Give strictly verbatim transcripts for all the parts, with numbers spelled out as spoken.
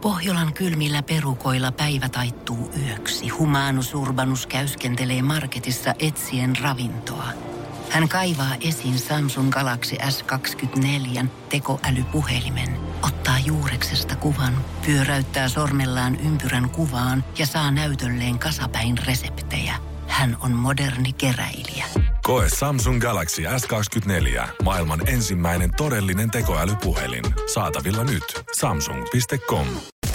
Pohjolan kylmillä perukoilla päivä taittuu yöksi. Humanus Urbanus käyskentelee marketissa etsien ravintoa. Hän kaivaa esiin Samsung Galaxy S kaksikymmentäneljä tekoälypuhelimen, ottaa juureksesta kuvan, pyöräyttää sormellaan ympyrän kuvaan ja saa näytölleen kasapäin reseptejä. Hän on moderni keräilijä. Koe Samsung Galaxy S kaksikymmentäneljä, maailman ensimmäinen todellinen tekoälypuhelin. Saatavilla nyt. samsung piste com.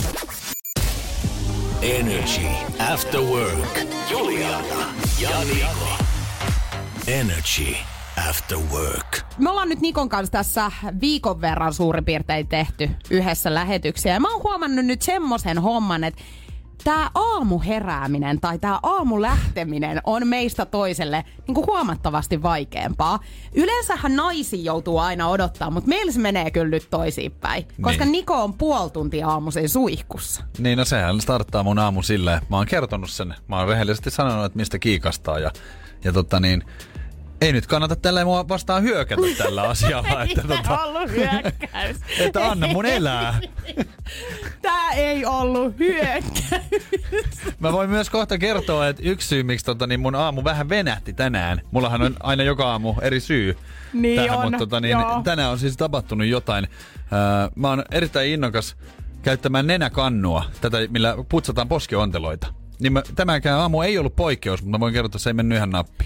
Energy After Work. Juliana ja Niko. Energy After Work. Me ollaan nyt Nikon kanssa tässä viikon verran suurin piirtein tehty yhdessä lähetyksiä. Ja mä oon huomannut nyt semmoisen homman, että tää aamuherääminen tai tää aamulähteminen on meistä toiselle niin kuin huomattavasti vaikeampaa. Yleensähän naisi joutuu aina odottaa, mutta meillä se menee kyllä nyt toisiinpäin. Koska niin. Niko on puoli tuntia aamuisin suihkussa. Niin, no sehän starttaa mun aamu silleen. Mä oon kertonut sen. Mä oon rehellisesti sanonut, että mistä kiikastaa ja, ja tota niin... Ei nyt kannata tälleen mua vastaan hyökätä tällä asialla. Ei että, tota, ollut hyökkäys. Että anna mun elää. Tää ei ollut hyökkäys. Mä voin myös kohta kertoa, että yksi syy, miksi tota, niin mun aamu vähän venähti tänään. Mullahan on aina joka aamu eri syy niin tähän, on, mutta tota, niin, tänään on siis tapahtunut jotain. Öö, mä oon erittäin innokas käyttämään nenäkannua, tätä millä putsataan poskionteloita. Niin mä, tämäkään aamu ei ollut poikkeus, mutta mä voin kertoa, että se ei mennyt ihan nappiin.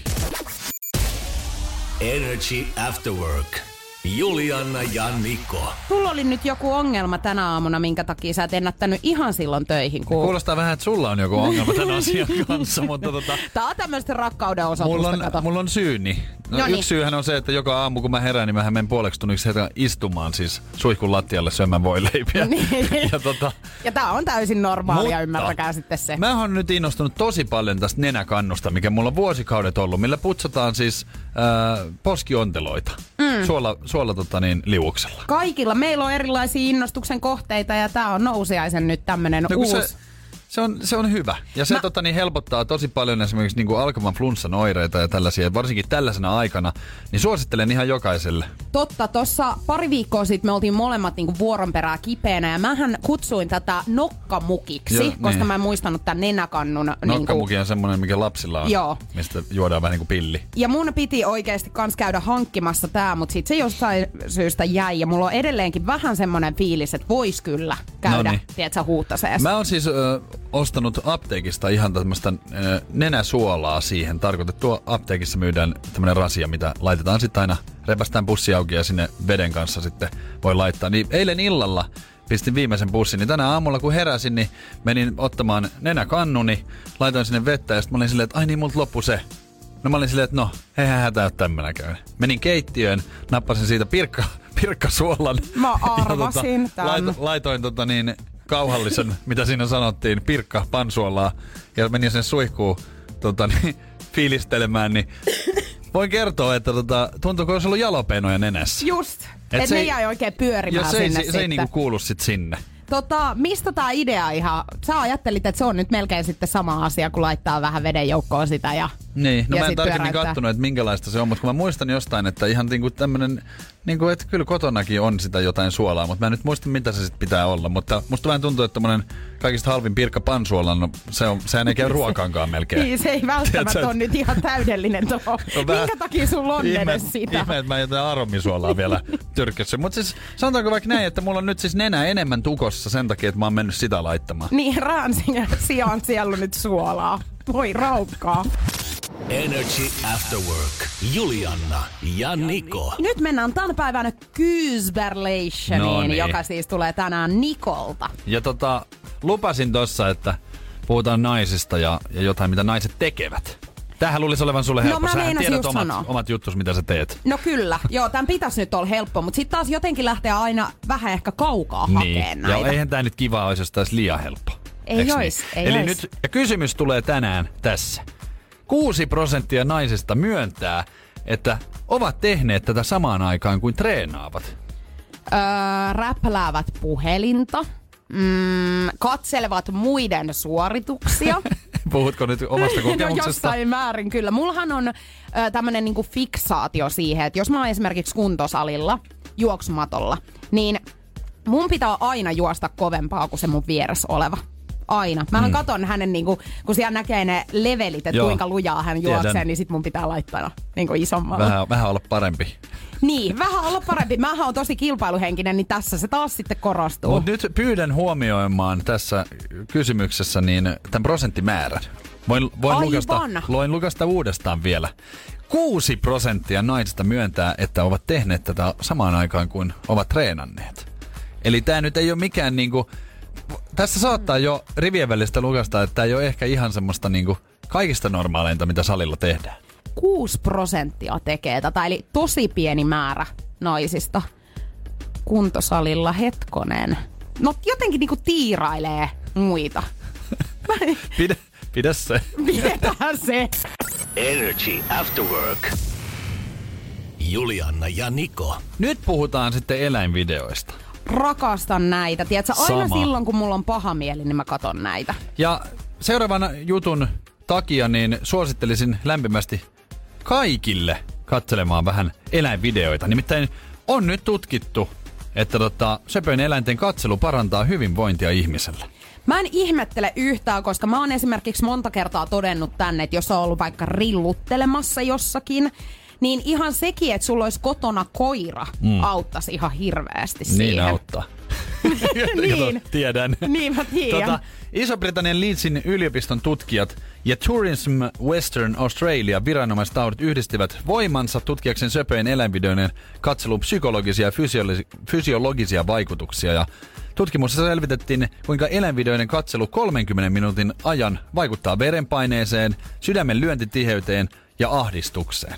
Energy After Work. Juliana ja Niko. Sulla oli nyt joku ongelma tänä aamuna, minkä takia sä et ennättänyt ihan silloin töihin. Kun... Kuulostaa vähän, että sulla on joku ongelma tämän asian kanssa, mutta tota... Tää on tämmöistä rakkauden osoitusta, mulla on, kato. mulla on syyni. No, Noniin. Yksi syyhän on se, että joka aamu kun mä herään, niin mähän menen puoleksi tunniksi istumaan siis suihkun lattialle syömään voileipiä. Niin. ja, tota, ja tää on täysin normaalia, mutta ymmärtäkää sitten se. Mä oon nyt innostunut tosi paljon tästä nenäkannusta, mikä mulla on vuosikaudet ollut, millä putsataan siis äh, poskionteloita mm. suola, suola tota niin, liuuksella. Kaikilla. Meillä on erilaisia innostuksen kohteita ja tää on nousiaisen nyt tämmönen no, uusi... Se, se, on, se on hyvä. Ja se Mä... tota, niin helpottaa tosi paljon esimerkiksi niin kuin alkavan flunssan oireita ja tällaisia. Varsinkin tällaisena aikana, niin suosittelen ihan jokaiselle. Totta, tossa pari viikkoa sitten me oltiin molemmat niinku vuoron perää kipeänä ja mähän kutsuin tätä nokkamukiksi, jo, koska niin. Mä en muistanut tämän nenäkannun. Nokkamuki niinku... on semmoinen, mikä lapsilla on, Joo. mistä juodaan vähän niin kuin pilli. Ja mun piti oikeasti kans käydä hankkimassa tää, mutta sit se jostain syystä jäi ja mulla on edelleenkin vähän semmoinen fiilis, että vois kyllä käydä, Noniin. tiedätkö, huuttasees. Mä oon siis ö, ostanut apteekista ihan tämmöistä ö, nenäsuolaa siihen. Tarkoitettua apteekissa myydään tämmönen rasia, mitä laitetaan sitten aina, repästään pussi auki ja sinne veden kanssa sitten voi laittaa. Niin eilen illalla pistin viimeisen pussin, niin tänä aamulla kun heräsin, niin menin ottamaan nenäkannuni, laitoin sinne vettä ja sitten mä olin silleen, että ai niin, multa loppui se. No mä olin silleen, että no, eihän hätää ole tämmönäköinen. Menin keittiöön, nappasin siitä pirkka, pirkkasuolan. Mä arvasin ja, tota, laito, laitoin tota niin kauhallisen, mitä siinä sanottiin, pirkka pansuolaa ja menin sen suihkuun tota niin, fiilistelemään, niin voin kertoa, että tota, tuntuuko olisi ollut jalopenoja nenässä. Just, että et se ne ei, jäi oikein pyörimään se sinne ei, sitten. Se ei niinku kuulu sit sinne. Tota, mistä tää idea ihan, sä ajattelit, että se on nyt melkein sitten sama asia, kun laittaa vähän veden joukkoon sitä ja Niin, no ja mä en tarkemmin pyöräyttää. kattonut, että minkälaista se on, mutta kun mä muistan jostain, että ihan niinku tämmönen, niinku, että kyllä kotonakin on sitä jotain suolaa, mutta mä en nyt muista, mitä se sitten pitää olla, mutta musta vähän tuntuu, että tommonen kaikista halvin pirkka pansuola, no se on, sehän ei käy ruokaankaan melkein. Niin, se ei välttämättä ole nyt ihan täydellinen tuohon. Minkä takia sulla on ihme, edes sitä? Ihme, että mä jotain aromisuolaa vielä tyrkkässä. Mutta siis sanotaanko vaikka näin, että mulla on nyt siis nenä enemmän tukossa sen takia, että mä oon mennyt sitä laittamaan. Niin, raansin sijaan siellä on nyt suolaa. Voi raukkaa. Energy After Work. Juliana ja Niko. Nyt mennään tämän päivänä Kyysberlationiin, no niin. joka siis tulee tänään Nikolta. Ja tota, lupasin tossa, että puhutaan naisista ja, ja jotain, mitä naiset tekevät. Tämähän luulisi olevan sulle helppo. No, sähän tiedät omat, omat juttus, mitä sä teet. No kyllä. Joo, tämän pitäisi nyt olla helppo, mutta sitten taas jotenkin lähtee aina vähän ehkä kaukaa niin. hakeen näitä. Joo, eihän tää nyt kiva olisi, jos tää olisi liian helppo. Ei ois, niin? ei Eli ois. nyt, ja kysymys tulee tänään tässä. Kuusi prosenttia naisista myöntää, että ovat tehneet tätä samaan aikaan kuin treenaavat. Öö, räpläävät puhelinta. Mm, katselevat muiden suorituksia. Puhutko nyt omasta kokemuksesta? No jossain määrin kyllä. Mullahan on ö, tämmönen niinku fiksaatio siihen, että jos mä oon esimerkiksi kuntosalilla, juoksumatolla, niin mun pitää aina juosta kovempaa kuin se mun vieressä oleva. Aina. Mähän mm. katon hänen, niinku, kun siellä näkee ne levelit, että kuinka lujaa hän juoksee, Tiedän. niin sit mun pitää laittaa niinku isommalla. Vähän, vähän olla parempi. Niin, vähän olla parempi. Mähän on tosi kilpailuhenkinen, niin tässä se taas sitten korostuu. Mut nyt pyydän huomioimaan tässä kysymyksessä niin tämän prosenttimäärän. Voin, voin, lukasta, voin lukasta uudestaan vielä. Kuusi prosenttia naisista myöntää, että ovat tehneet tätä samaan aikaan kuin ovat treenanneet. Eli tää nyt ei ole mikään niinku... Tässä saattaa jo rivien välistä lukasta, että tää ei ole ehkä ihan semmoista niinku kaikista normaaleinta, mitä salilla tehdään. Kuusi prosenttia tekee tätä, eli tosi pieni määrä naisista kuntosalilla. Hetkonen. No jotenkin niinku tiirailee muita. Pidä, pidä se. Pidetään se. Energy After Work. Julianna ja Niko. Nyt puhutaan sitten eläinvideoista. Rakastan näitä. Tiedätkö, aina Sama. silloin, kun mulla on paha mieli, niin mä katon näitä. Ja seuraavan jutun takia niin suosittelisin lämpimästi kaikille katselemaan vähän eläinvideoita. Nimittäin on nyt tutkittu, että tota, söpöjen eläinten katselu parantaa hyvinvointia ihmiselle. Mä en ihmettele yhtään, koska mä oon esimerkiksi monta kertaa todennut tänne, että jos on ollut vaikka rilluttelemassa jossakin, niin ihan sekin, että sulla olisi kotona koira, mm. auttaisi ihan hirveästi siihen. Niin auttaa. niin. Tiedän. Niin mä tiedän. Tota, Iso-Britannian Leedsin yliopiston tutkijat ja Tourism Western Australia viranomaistaudit yhdistivät voimansa tutkiakseen söpöjen eläinvideoiden katselun psykologisia ja fysiologi- fysiologisia vaikutuksia. Ja tutkimuksessa selvitettiin, kuinka eläinvideoiden katselu kolmenkymmenen minuutin ajan vaikuttaa verenpaineeseen, sydämen lyöntitiheyteen ja ahdistukseen.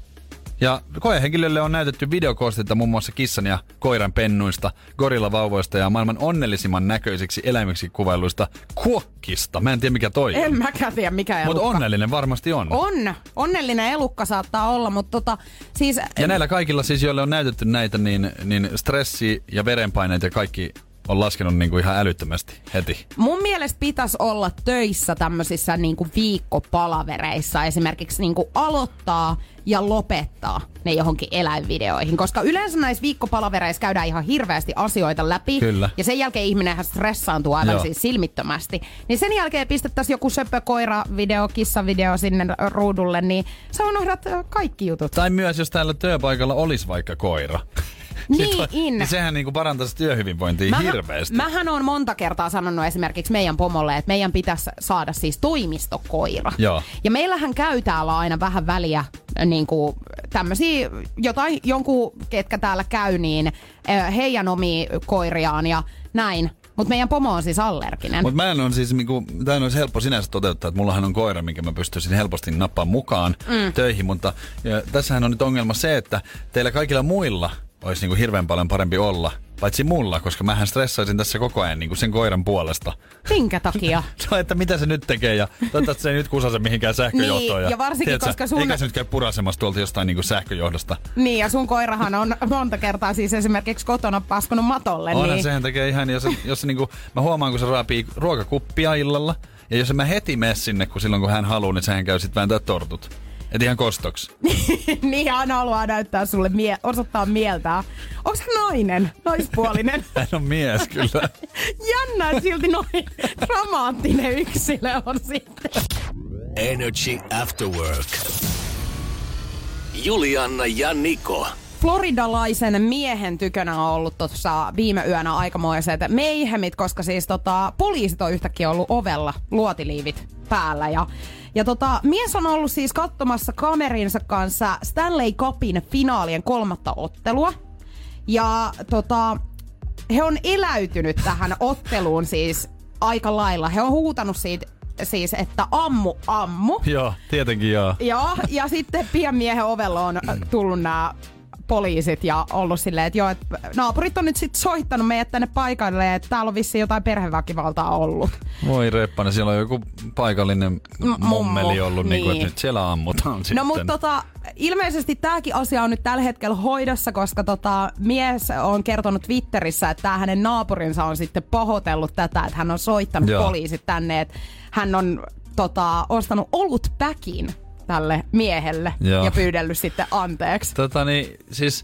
Ja koehenkilölle on näytetty videokoosteita muun muassa kissan ja koiran pennuista, gorillavauvoista ja maailman onnellisimman näköisiksi eläimiksi kuvailuista kuokkista. Mä en tiedä mikä toi on. En mäkään tiedä mikä elukka. Mutta onnellinen varmasti on. On. Onnellinen elukka saattaa olla, mutta tota siis... Ja näillä kaikilla siis, joille on näytetty näitä, niin, niin stressi ja verenpaineet ja kaikki on laskenut niinku ihan älyttömästi heti. Mun mielestä pitäisi olla töissä tämmöisissä niinku viikkopalavereissa esimerkiksi niinku aloittaa ja lopettaa ne johonkin eläinvideoihin. Koska yleensä näissä viikkopalavereissa käydään ihan hirveästi asioita läpi. Kyllä. Ja sen jälkeen ihminenhän stressaantuu aivan siis silmittömästi. Niin sen jälkeen pistettäisiin joku söpökoira-video, kissavideo sinne ruudulle, niin sä unohdat kaikki jutut. Tai myös jos täällä työpaikalla olisi vaikka koira. Niin, on, niin sehän niinku parantaisi työhyvinvointia mähän, hirveästi. Mähän on monta kertaa sanonut esimerkiksi meidän pomolle, että meidän pitäisi saada siis toimistokoira. Joo. Ja meillähän käy täällä aina vähän väliä niinku tämmösiä, jotain, jonkun ketkä täällä käy, niin heidän omia koiriaan ja näin. Mutta meidän pomo on siis allerginen. Mutta mä en on siis, niinku, tämä olisi helppo sinänsä toteuttaa, että mullahan on koira, minkä mä pystyisin helposti nappaamaan mukaan mm. töihin. Mutta ja, tässähän on nyt ongelma se, että teillä kaikilla muilla olisi niinku hirveän paljon parempi olla, paitsi mulla, koska mähän stressaisin tässä koko ajan niinku sen koiran puolesta. Minkä takia? No, että mitä se nyt tekee ja toivottavasti se ei nyt kusase mihinkään sähköjohtoon. Niin, ja varsinkin, tiedätkö, koska sun... Eikä se nyt käy purasemassa tuolta jostain niinku sähköjohdosta. Niin, ja sun koirahan on monta kertaa siis esimerkiksi kotona paskunut matolle. Onhan niin... sehän tekee ihan, jos, se, jos se niinku, mä huomaan, kun se raapii ruokakuppia illalla, ja jos mä heti mene sinne, kun silloin kun hän haluaa, niin sehän käy sit vääntää tortut. Et ihan kostoksi. Niin, hän haluaa näyttää sulle, mie- osoittaa mieltään. Onko hän nainen? Naispuolinen? Hän on mies, kyllä. Jännä, silti noin dramaattinen yksilö on sitten. Energy After Work. Julianna ja Niko. Floridalaisen miehen tykönä on ollut tuossa viime yönä aikamoiset meihemit, koska siis tota, poliisit on yhtäkkiä ollut ovella, luotiliivit päällä. Ja, ja tota, mies on ollut siis katsomassa kamerinsa kanssa Stanley Cupin finaalien kolmatta ottelua. Ja tota, he on eläytynyt tähän otteluun siis aika lailla. He on huutanut siitä siis, että ammu, ammu. Joo, tietenkin joo. Joo, ja sitten pian miehen ovella on tullut nämä poliisit ja ollut silleen, että joo, että naapurit on nyt sitten soittanut meidät tänne paikalle, että täällä on vissiin jotain perheväkivaltaa ollut. Voi reppana, siellä on joku paikallinen M- mummeli ollut, niin. Niin kuin, että nyt siellä ammutaan sitten. No mutta tota, ilmeisesti tämäkin asia on nyt tällä hetkellä hoidossa, koska tota, mies on kertonut Twitterissä, että tämä hänen naapurinsa on sitten pahoitellut tätä, että hän on soittanut joo. poliisit tänne, että hän on tota, ostanut olutpäkin tälle miehelle Joo. ja pyydellyt sitten anteeksi. Tota niin, siis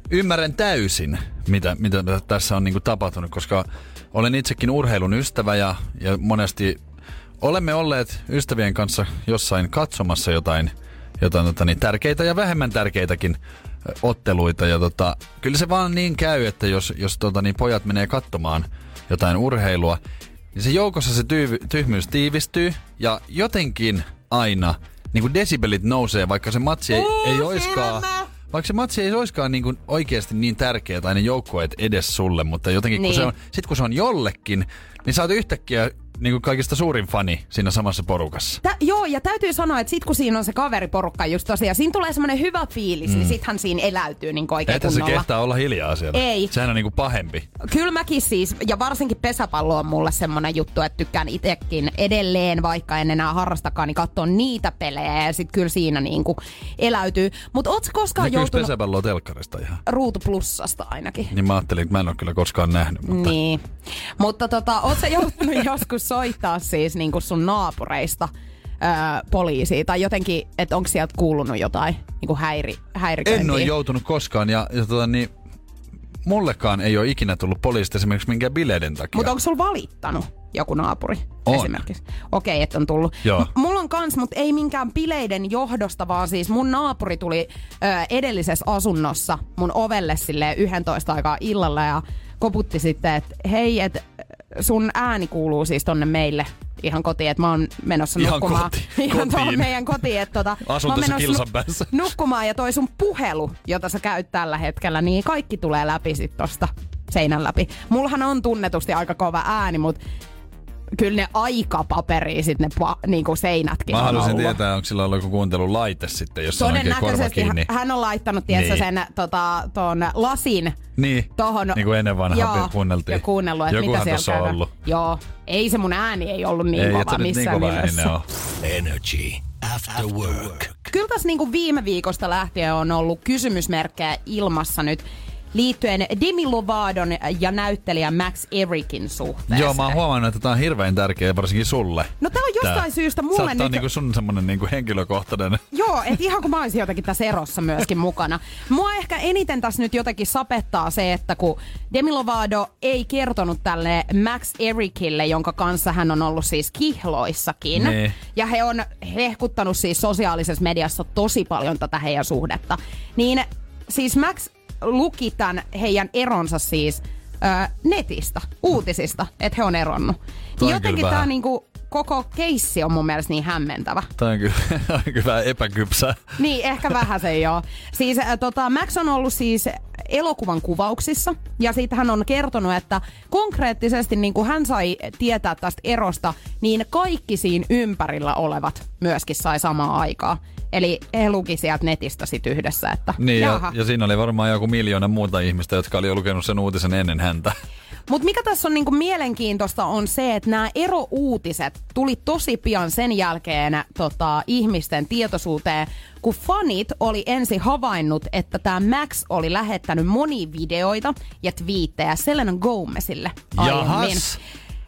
ymmärrän täysin, mitä, mitä tässä on niinku tapahtunut, koska olen itsekin urheilun ystävä ja, ja monesti olemme olleet ystävien kanssa jossain katsomassa jotain, jotain tota niin, tärkeitä ja vähemmän tärkeitäkin otteluita. Ja tota, kyllä se vaan niin käy, että jos, jos tota niin, pojat menee katsomaan jotain urheilua, niin se joukossa se tyy, tyhmyys tiivistyy ja jotenkin aina niin kuin desibelit nousee, vaikka se matsi ei, oh, ei oiskaan... Vaikka se matsi ei oiskaan niin kuin oikeasti niin tärkeä tai ne joukkueet edes sulle, mutta jotenkin niin. kun se on, sit kun se on jollekin, niin sä oot yhtäkkiä niin kuin kaikista suurin fani siinä samassa porukassa. Tä, joo, ja täytyy sanoa, että sit kun siinä on se kaveriporukka just tosiaan, siinä tulee semmoinen hyvä fiilis, mm. niin sittenhän siinä eläytyy niin oikein Eihän kunnolla. se kehtaa olla hiljaa siellä. Ei. Sehän on niin kuin pahempi. Kyllä mäkin siis, ja varsinkin pesäpallo on mulle semmoinen juttu, että tykkään itsekin edelleen, vaikka en enää harrastakaan, niin katsoa niitä pelejä, ja sit kyllä siinä niin kuin eläytyy. Mutta ootko koskaan Näkyykö joutunut... pesäpalloa telkkarista ihan? Ruutu Plussasta ainakin. Niin mä ajattelin, että mä en ole kyllä koskaan nähnyt. Mutta... Niin. Mutta tota, ootko sä joutunut joskus soittaa siis niin kuin sun naapureista öö, poliisiin? Tai jotenkin, että onko sieltä kuulunut jotain niin kuin häiri, häiriköintiä? En ole joutunut koskaan ja, ja tota, niin, mullekaan ei ole ikinä tullut poliisista esimerkiksi minkään bileiden takia. Mutta onko sulla valittanut joku naapuri on. Esimerkiksi? Okei, että on tullut. Joo. M- mulla on kans, mutta ei minkään bileiden johdosta, vaan siis mun naapuri tuli ö, edellisessä asunnossa mun ovelle silleen yksitoista aikaa illalla ja koputti sitten, että hei, että sun ääni kuuluu siis tonne meille ihan kotiin, että mä oon menossa ihan nukkumaan. Koti. Ihan tuohon meidän kotiin, että tota, asun tässä kilsan päässä. Nukkumaan ja toi sun puhelu, jota sä käyt tällä hetkellä, niin kaikki tulee läpi sit tosta seinän läpi. Mullahan on tunnetusti aika kova ääni, mutta kyllä ne aika paperia sit ne pa, niinku seinätkin Mä on haluaisin ollut. tietää, onko sillä ollut joku kuuntelulaite sitten, jos on oikein korva Todennäköisesti kiinni. hän on laittanut tietsä, niin. sen tota, ton lasin niin. tohon. Niin kuin ennen vanhaa kuunneltiin. Ja kuunnellut, että Jokuhan mitä siellä on käydään. ollut. Joo, ei se mun ääni ei ollut niin ei, kova missään niin nimessä. on. Energy After Work. Kyllä tässä niinku viime viikosta lähtien on ollut kysymysmerkkejä ilmassa nyt liittyen Demi Lovadon ja näyttelijä Max Erickin suhteeseen. Joo, mä oon huomannut, että tää on hirveän tärkeä, varsinkin sulle. No tää on jostain tää. syystä mulle Saattaa nyt... niinku sun semmonen niinku henkilökohtainen. Joo, et ihan kun mä olisin jotenkin tässä erossa myöskin mukana. Mua ehkä eniten tässä nyt jotenkin sapettaa se, että kun Demi Lovato ei kertonut tälle Max Ericille, jonka kanssa hän on ollut siis kihloissakin. Nee. Ja he on hehkuttanut siis sosiaalisessa mediassa tosi paljon tätä heidän suhdetta. Niin siis Max luki tämän heidän eronsa siis ö, netistä, uutisista, että he on eronnut. Toi on jotenkin tämä niinku, koko keissi on mun mielestä niin hämmentävä. Tämä on kyllä, on kyllä vähän epäkypsää. Niin, ehkä vähän se joo. Siis äh, tota, Max on ollut siis elokuvan kuvauksissa ja siitä hän on kertonut, että konkreettisesti niin kuin hän sai tietää tästä erosta, niin kaikki siinä ympärillä olevat myöskin sai samaa aikaa. Eli he luki sieltä netistä sit yhdessä, että niin, ja, jaha. ja siinä oli varmaan joku miljoona muuta ihmistä, jotka oli jo lukenut sen uutisen ennen häntä. Mutta mikä tässä on niinku mielenkiintoista on se, että nämä erouutiset tuli tosi pian sen jälkeen tota, ihmisten tietoisuuteen, kun fanit oli ensin havainnut, että tämä Max oli lähettänyt monia videoita ja twiittejä Selena Gomezille aiemmin. Jahas.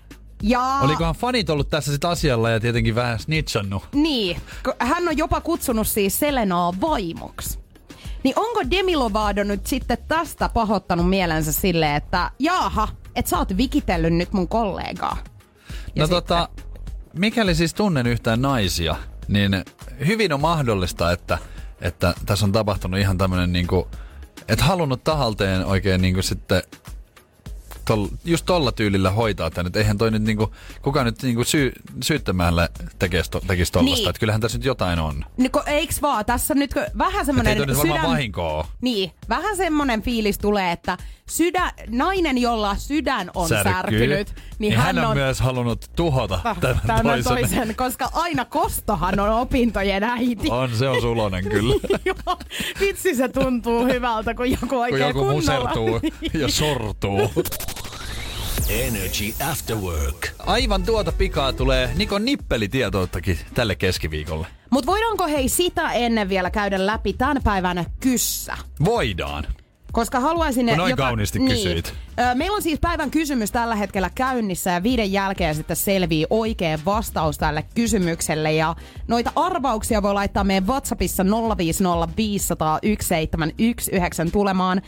Ja... Olikohan fanit ollut tässä sit asialla ja tietenkin vähän snitchannut? Niin, hän on jopa kutsunut siis Selenaa vaimoksi. Niin onko Demi Lovato nyt sitten tästä pahoittanut mielensä silleen, että jaaha, et sä oot vikitellyt nyt mun kollegaa? Ja no sitten... tota, mikäli siis tunnen yhtään naisia, niin hyvin on mahdollista, että, että tässä on tapahtunut ihan tämmönen niinku, et halunnut tahalteen oikein niinku sitten tol, just tolla tyylillä hoitaa tän. Et eihän toi nyt niinku, kuka nyt niinku syy, syyttämällä tekisi, to, tekisi tollasta. Niin. Että kyllähän tässä nyt jotain on. Niin, eiks vaan, tässä nyt vähän semmonen ei toi nyt sydän... varmaan vahinkoa. Niin, vähän semmonen fiilis tulee, että sydän, nainen, jolla sydän on Särkyy. särkynyt, niin, niin hän, hän on, on myös halunnut tuhota tämän, tämän toisen. toisen. Koska aina kostohan on opintojen äiti. On, se on sulonen kyllä. Joo, vitsi se tuntuu hyvältä, kun joku oikein kun joku kunnolla. musertuu ja sortuu. Energy After Work. Aivan tuota pikaa tulee Nikon nippelitietoittakin tälle keskiviikolle. Mut voidaanko hei sitä ennen vielä käydä läpi tämän päivän kyssä? Voidaan. Koska haluaisin... Kun noin jota, kauniisti niin, kysyit. Ö, meillä on siis päivän kysymys tällä hetkellä käynnissä ja viiden jälkeen sitten selvii oikea vastaus tälle kysymykselle. Ja noita arvauksia voi laittaa meidän WhatsAppissa nolla viisi nolla viisi nolla yksi seitsemän yksi yhdeksän tulemaan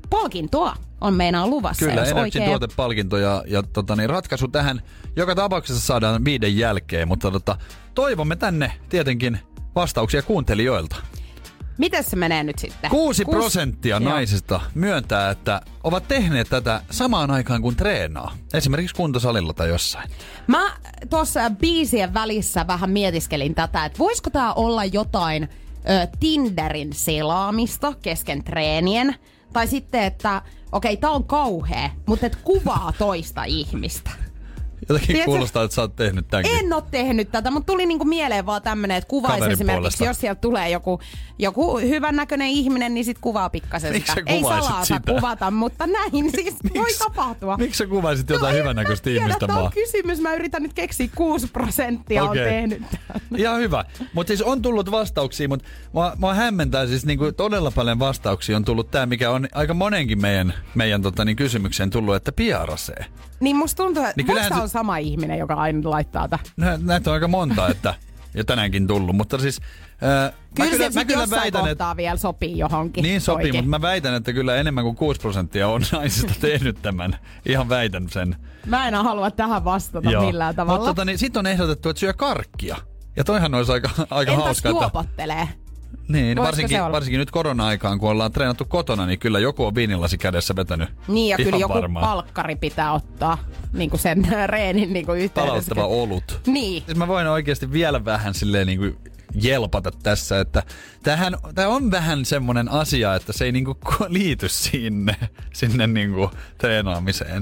palkintoa on meinaa luvassa. Kyllä, jos Energyn oikein... tuotepalkinto ja, ja tota, niin ratkaisu tähän joka tapauksessa saadaan viiden jälkeen, mutta tota, toivomme tänne tietenkin vastauksia kuuntelijoilta. Miten se menee nyt sitten? Kuusi Kuus... prosenttia Joo. naisista myöntää, että ovat tehneet tätä samaan aikaan kuin treenaa. Esimerkiksi kuntosalilla tai jossain. Mä tuossa biisien välissä vähän mietiskelin tätä, että voisiko tää olla jotain ö, Tinderin selaamista kesken treenien. Tai sitten, että okei, okay, tää on kauhea, mutta et kuvaa toista ihmistä. Jotenkin Tiedätkö, kuulostaa, että sä oot tehnyt tämänkin. En oo tehnyt tätä, mutta tuli niinku mieleen vaan tämmönen, että kuvaisi Kaverin esimerkiksi, puolesta. jos sieltä tulee joku, joku hyvän näköinen ihminen, niin sit kuvaa pikkasen Miksi sitä. sä Ei kuvaisit salata sitä? kuvata, mutta näin siis voi tapahtua. Miksi sä kuvaisit jotain no, hyvännäköistä ihmistä ihmistä vaan? vaan? Kysymys, mä yritän nyt keksiä, kuusi prosenttia Okei. on tehnyt tämän. Ihan hyvä. Mutta siis on tullut vastauksia, mutta mua, mua hämmentää siis niinku todella paljon vastauksia on tullut tää, mikä on aika monenkin meidän, meidän tota, niin kysymykseen tullut, että piarasee. Niin musta tuntuu, että Niin niin kyllähän se se- on sama ihminen, joka aina laittaa tätä. Nä, näitä on aika monta, että ja tänäänkin tullut, mutta siis ää, Kyllä, mä se mä sit kyllä jossain väitän, kohtaa että vielä sopii johonkin. niin sopii, toikin. mutta mä väitän, että kyllä enemmän kuin kuusi prosenttia on naisista tehnyt tämän. Ihan väitän sen. Mä en halua tähän vastata Joo. millään tavalla. Mutta tota, niin, sit on ehdotettu, että syö karkkia. Ja toihan olisi aika, aika Entäs hauska. Että, juopottelee? niin, Voisiko varsinkin, se olla? varsinkin nyt korona-aikaan, kun ollaan treenattu kotona, niin kyllä joku on viinilasi kädessä vetänyt. Niin, ja Ihan kyllä joku varmaan. palkkari pitää ottaa niin kuin sen reenin niin kuin yhteydessä. Palauttava olut. Niin. Siis mä voin oikeasti vielä vähän silleen niin kuin jelpata tässä, että tämähän, tää on vähän semmonen asia, että se ei niinku liity sinne, sinne niinku treenaamiseen.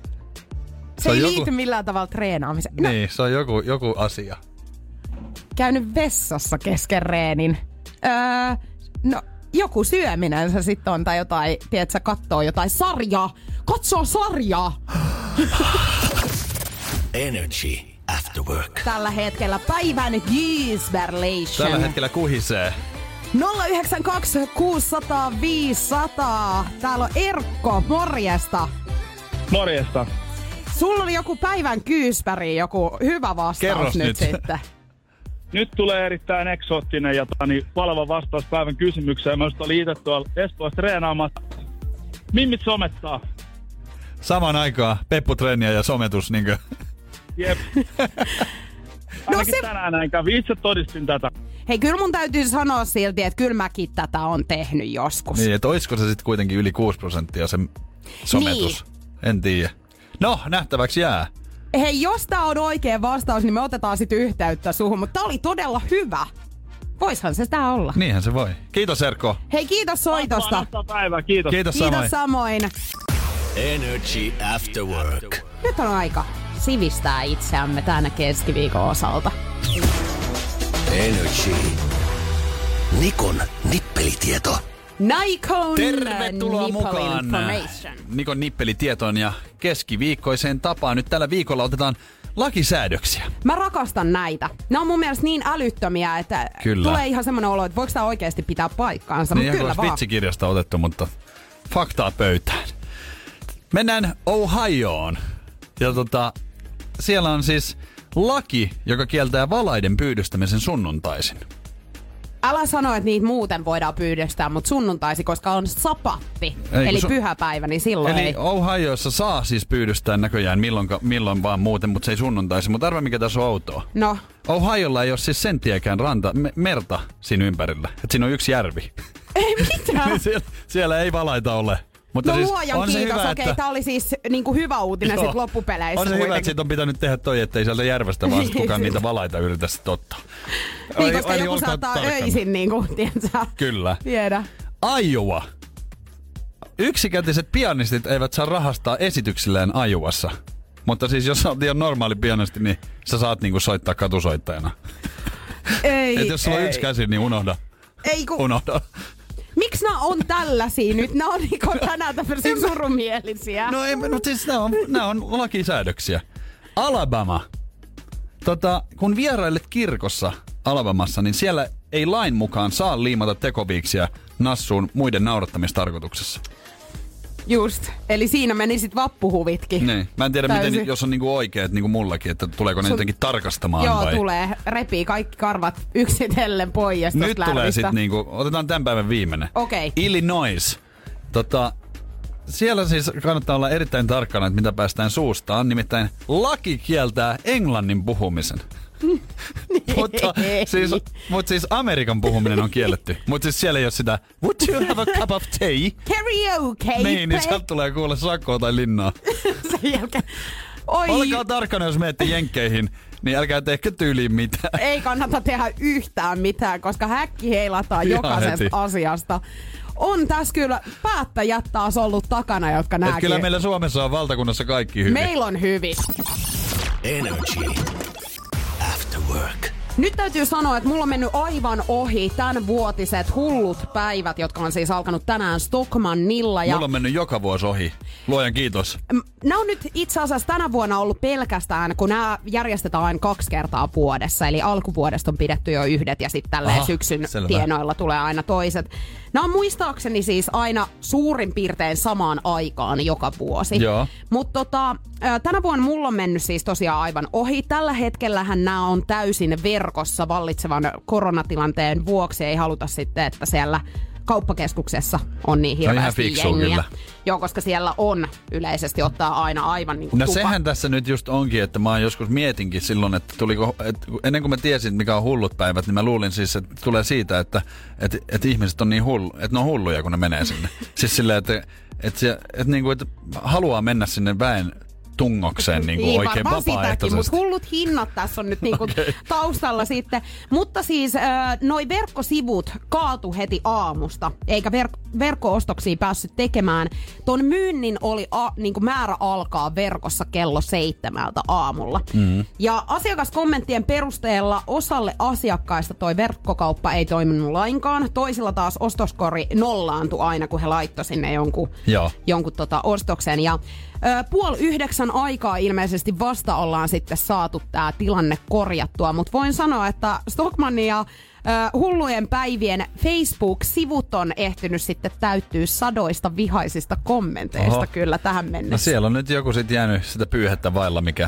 Se, on ei joku- liity millään tavalla treenaamiseen. No, Niin, se on joku, joku asia. käynyt vessassa kesken reenin. Öö, no, joku syöminen se sitten on tai jotain, tiedätkö, katsoo jotain sarjaa. Katsoo sarjaa! Energy After Work. Tällä hetkellä päivän Gisberlation. Tällä hetkellä kuhisee. nolla yhdeksän kaksi kuusi nolla nolla viisi nolla nolla. Täällä on Erkko, morjesta. Morjesta. Sulla oli joku päivän kyyspääri, joku hyvä vastaus Kerros nyt, nyt. sitten. Nyt tulee erittäin eksoottinen ja tani, palava vastaus päivän kysymykseen. Mä just olin itse tuolla Espoossa treenaamassa. Mimmit somettaa? Samaan aikaan pepputreeniä ja sometus niinkö? Jep. Ainakin se- tänään näin kävi. Itse todistin tätä. Hei, kyllä mun täytyy sanoa silti, että kyllä mäkin tätä on tehnyt joskus. Niin, että olisiko se sitten kuitenkin yli kuusi prosenttia se sometus? Niin. En tiedä. No, nähtäväksi jää. Hei, jos tää on oikea vastaus, niin me otetaan sit yhteyttä suhun, mutta tää oli todella hyvä. Voishan se tää olla. Niinhän se voi. Kiitos Erkko. Hei, kiitos soitosta. Mahtavaa päivää. Kiitos. Kiitos, Kiitos samoin. samoin. Energy After Work. Nyt on aika sivistää itseämme tänä keskiviikon osalta. Energy. Nikon nippelitieto. Nikon Tervetuloa nipple mukaan information. Nikon nippelitietoon ja keskiviikkoiseen tapaan. Nyt tällä viikolla otetaan lakisäädöksiä. Mä rakastan näitä. Ne on mun mielestä niin älyttömiä, että Kyllä. tulee ihan semmoinen olo, että voiko tää oikeasti pitää paikkaansa. Niin Mutta ihan kyllä kuin vaan. vitsikirjasta otettu, mutta faktaa pöytään. Mennään Ohioon. Ja tota, siellä on siis laki, joka kieltää valaiden pyydystämisen sunnuntaisin. Älä sano, että niitä muuten voidaan pyydystää, mutta sunnuntaisi, koska on sapatti, Ei, eli kun su- pyhäpäivä, niin silloin Eli ei. Ohiossa saa siis pyydystää näköjään milloin, milloin vaan muuten, mutta se ei sunnuntaisin. Mutta arva mikä tässä on outoa. No, Ohiolla ei ole siis senttiäkään ranta, me, merta siinä ympärillä. Et siinä on yksi järvi. ei mitään. siellä, siellä ei valaita ole. Mutta No siis luojan on se kiitos, hyvä, okei, että- tää oli siis niinku hyvä uutinen Joo. sit loppupeleissä. On se hyvä, että kuitenkin. siitä on pitänyt tehdä toi, ettei sieltä järvestä vaan sit kukaan niitä valaita yritä sit ottaa. Niin, koska Eli joku olkaa saattaa tarkkana. öisin niinku, tiedätkö, Kyllä. viedä. Iowa. Yksikätiset pianistit eivät saa rahastaa esityksilleen Iowassa. Mutta siis jos olet ihan normaali pianisti, niin sä saat niinku soittaa katusoittajana. Ei, Et jos sulla on ei. yksi käsi, niin unohda. Ei kun, Unohda. miksi nää on tällaisia nyt? Nää on niinku tänään tämmöisiä surumielisiä. No ei, mutta siis nämä on, nämä on lakisäädöksiä. Alabama. Tota, kun vierailet kirkossa Alabamassa, niin siellä ei lain mukaan saa liimata tekoviiksiä nassuun muiden naurattamistarkoituksessa. Just. Eli siinä meni sit vappuhuvitkin. Niin. Mä en tiedä, Täysin. miten, jos on niinku oikeet niinku mullakin, että tuleeko ne Sun- jotenkin tarkastamaan Joo, vai... tulee. Repii kaikki karvat yksitellen pois Nyt tosta tulee lärvistä. sitten niinku, otetaan tämän päivän viimeinen. Okei. Illinois. Tota, siellä siis kannattaa olla erittäin tarkkana, että mitä päästään suustaan. Nimittäin laki kieltää englannin puhumisen. mutta, siis, mutta siis Amerikan puhuminen on kielletty. Mutta siis siellä ei ole sitä would you have a cup of tea? Karaoke. Niin, niin sieltä tulee kuulla sakkoa tai linnaa. Sen jälkeen. Oi. Olkaa tarkkana, jos menette jenkkeihin, niin älkää tehkö tyyliin mitään. Ei kannata tehdä yhtään mitään, koska häkki heilataan Ihan jokaisesta heti. asiasta. On tässä kyllä päättäjät taas ollut takana, jotka näkee. Kyllä meillä Suomessa on valtakunnassa kaikki hyvin. Meillä on hyvin. Energy After Work. Nyt täytyy sanoa, että mulla on mennyt aivan ohi tämän vuotiset hullut päivät, jotka on siis alkanut tänään Stockmannilla. Ja Mulla on mennyt joka vuosi ohi. Luojan kiitos. nämä on nyt itse asiassa tänä vuonna ollut pelkästään, kun nämä järjestetään aina kaksi kertaa vuodessa. Eli alkuvuodesta on pidetty jo yhdet ja sitten tälleen Aha, syksyn selvä. tienoilla tulee aina toiset. Nämä on muistaakseni siis aina suurin piirtein samaan aikaan joka vuosi. Joo. Mutta tota, tänä vuonna mulla on mennyt siis tosiaan aivan ohi. Tällä hetkellähän nämä on täysin verkossa vallitsevan koronatilanteen vuoksi. Ei haluta sitten, että siellä kauppakeskuksessa on niin ihan hirveästi fiksua jengiä. kyllä. Joo, koska siellä on yleisesti ottaa aina aivan niin kuin No tupa. sehän tässä nyt just onkin, että mä oon joskus mietinkin silloin, että tuliko, että ennen kuin mä tiesin, mikä on hullut päivät, niin mä luulin siis, että tulee siitä, että, että, että ihmiset on niin hullu, että ne on hulluja, kun ne menee sinne. Siis silleen, että, että, se, että, niin kuin, että haluaa mennä sinne väen tungokseen niin kuin niin, oikein varmaan sitäkin, vapaaehtoisesti. mutta hullut hinnat tässä on nyt niinku Okay. taustalla sitten. Mutta siis äh, noi verkkosivut kaatu heti aamusta, eikä verk- verkko-ostoksia päässyt tekemään. Ton myynnin oli a- niinku määrä alkaa verkossa kello seitsemältä aamulla. Mm. Ja asiakaskommenttien perusteella osalle asiakkaista toi verkkokauppa ei toiminut lainkaan. Toisilla taas ostoskori nollaantui aina, kun he laittoi sinne jonkun, Joo. jonkun tota ostoksen. Ja Ö, puoli yhdeksän aikaa ilmeisesti vasta ollaan sitten saatu tää tilanne korjattua, mutta voin sanoa, että Stockmannin ja ö, hullujen päivien Facebook-sivut on ehtinyt sitten täyttyä sadoista vihaisista kommenteista Oho. kyllä tähän No mennessä. siellä on nyt joku sit jäänyt sitä pyyhettä vailla, mikä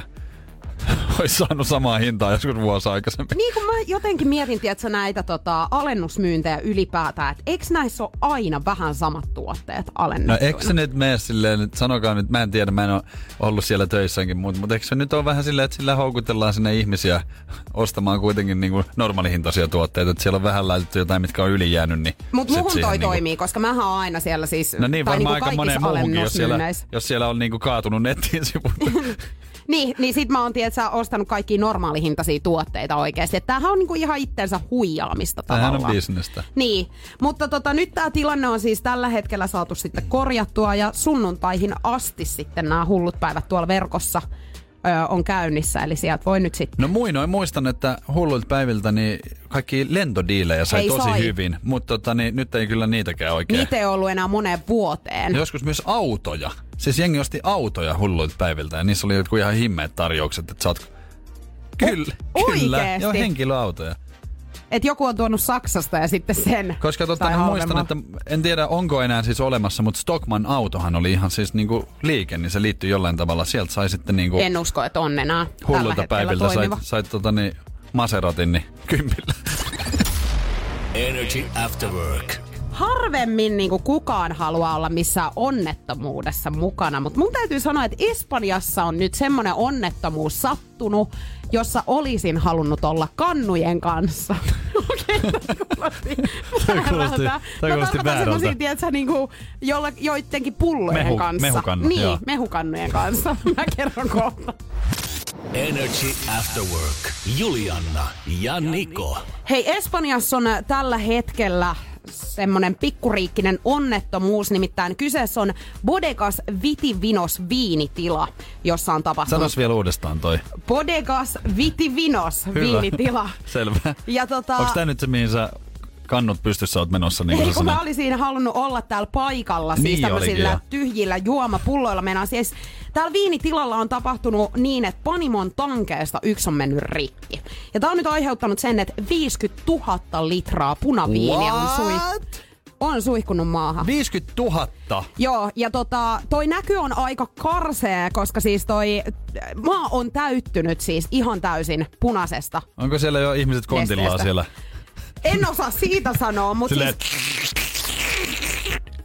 olisi saanut samaa hintaa joskus vuosi aikaisemmin. Niin kuin mä jotenkin mietin, tiedätkö, näitä tota, alennusmyyntejä ylipäätään, että eikö näissä ole aina vähän samat tuotteet No alennettuina? eikö se nyt mene silleen, että sanokaa nyt, mä en tiedä, mä en ole ollut siellä töissäkin, mutta, mutta eikö se nyt ole vähän silleen, että sillä houkutellaan sinne ihmisiä ostamaan kuitenkin niin kuin normaalihintaisia tuotteita, että siellä on vähän laitettu jotain, mitkä on yli jäänyt, niin Mutta sit muhun siihen toi niinku- toimii, koska mähän oon aina siellä siis, No niin, tai varmaan niinku aika kaikissa monen muuhunkin, jos siellä, alennusmyynneissä. jos siellä on niinku kaatunut nettiin sivulta. Niin, niin sit mä oon tiedätkö, ostanut kaikkia normaalihintaisia tuotteita oikeesti. Että tämähän on niinku ihan itsensä huijaamista Tämähän tavallaan. on bisnestä. Niin, mutta tota, nyt tää tilanne on siis tällä hetkellä saatu sitten korjattua ja sunnuntaihin asti sitten nämä hullut päivät tuolla verkossa ö, on käynnissä. Eli sieltä voi nyt sitten... No muinoin muistan, että hulluilta päiviltä niin kaikki lentodiilejä sai Hei, tosi sai. hyvin, mutta tota, niin, nyt ei kyllä niitäkään oikein. Niitä ei ollut enää moneen vuoteen. Joskus myös autoja. Siis jengi osti autoja hulluilta päiviltä ja niissä oli jotkut ihan himmeät tarjoukset, että saat... Kyllä, O- kyllä. oikeesti? Joo, henkilöautoja. Että joku on tuonut Saksasta ja sitten sen. Koska totta, sai mä muistan, halvemmalla. että en tiedä onko enää siis olemassa, mutta Stockmann autohan oli ihan siis niinku liike, niin se liittyy jollain tavalla. Sieltä sai sitten niinku En usko, että on enää tällä hulluilta hetkellä päiviltä sait, toimiva. sait tota niin Maseratin niin kympillä. Energy After Work. Harvemmin niin kuin kukaan haluaa olla missään onnettomuudessa mukana, mutta mun täytyy sanoa, että Espanjassa on nyt semmoinen onnettomuus sattunut, jossa olisin halunnut olla kannujen kanssa. Okei, tämä kuulosti Tämä kuulosti- väärältä. tämä Mä kuulosti tarkoitan väärältä. semmosia, tiedätkö, niinku, jolla, joidenkin pullojen Mehu- kanssa. mehukannu, Niin, joo. mehukannujen kanssa. Mä kerron kohta. Energy After Work. Julianna ja Niko. Hei, Espanjassa on tällä hetkellä semmonen pikkuriikkinen onnettomuus, nimittäin kyseessä on Bodegas Vitivinos viinitila, jossa on tapahtunut... Sanos vielä uudestaan toi. Bodegas Vitivinos Hyvä. viinitila. Selvä. Ja tota... Onko tää nyt se, mihin sä kannut pystyssä oot menossa? Niin Ei, kuin sä kun mä sanoit? olisin halunnut olla täällä paikalla, siis Niin tämmöisillä olikin, joo. tyhjillä juomapulloilla mennään. Siis täällä viinitilalla on tapahtunut niin, että Panimon tankeesta yksi on mennyt rikki. Ja tää on nyt aiheuttanut sen, että viisikymmentätuhatta litraa punaviiniä on, sui, on suihkunut maahan. viisikymmentätuhatta. Joo, ja tota, toi näky on aika karsea, koska siis toi maa on täyttynyt siis ihan täysin punaisesta. Onko siellä jo ihmiset kontillaan Nesteestä. siellä? En osaa siitä sanoa, mutta Silleen, siis...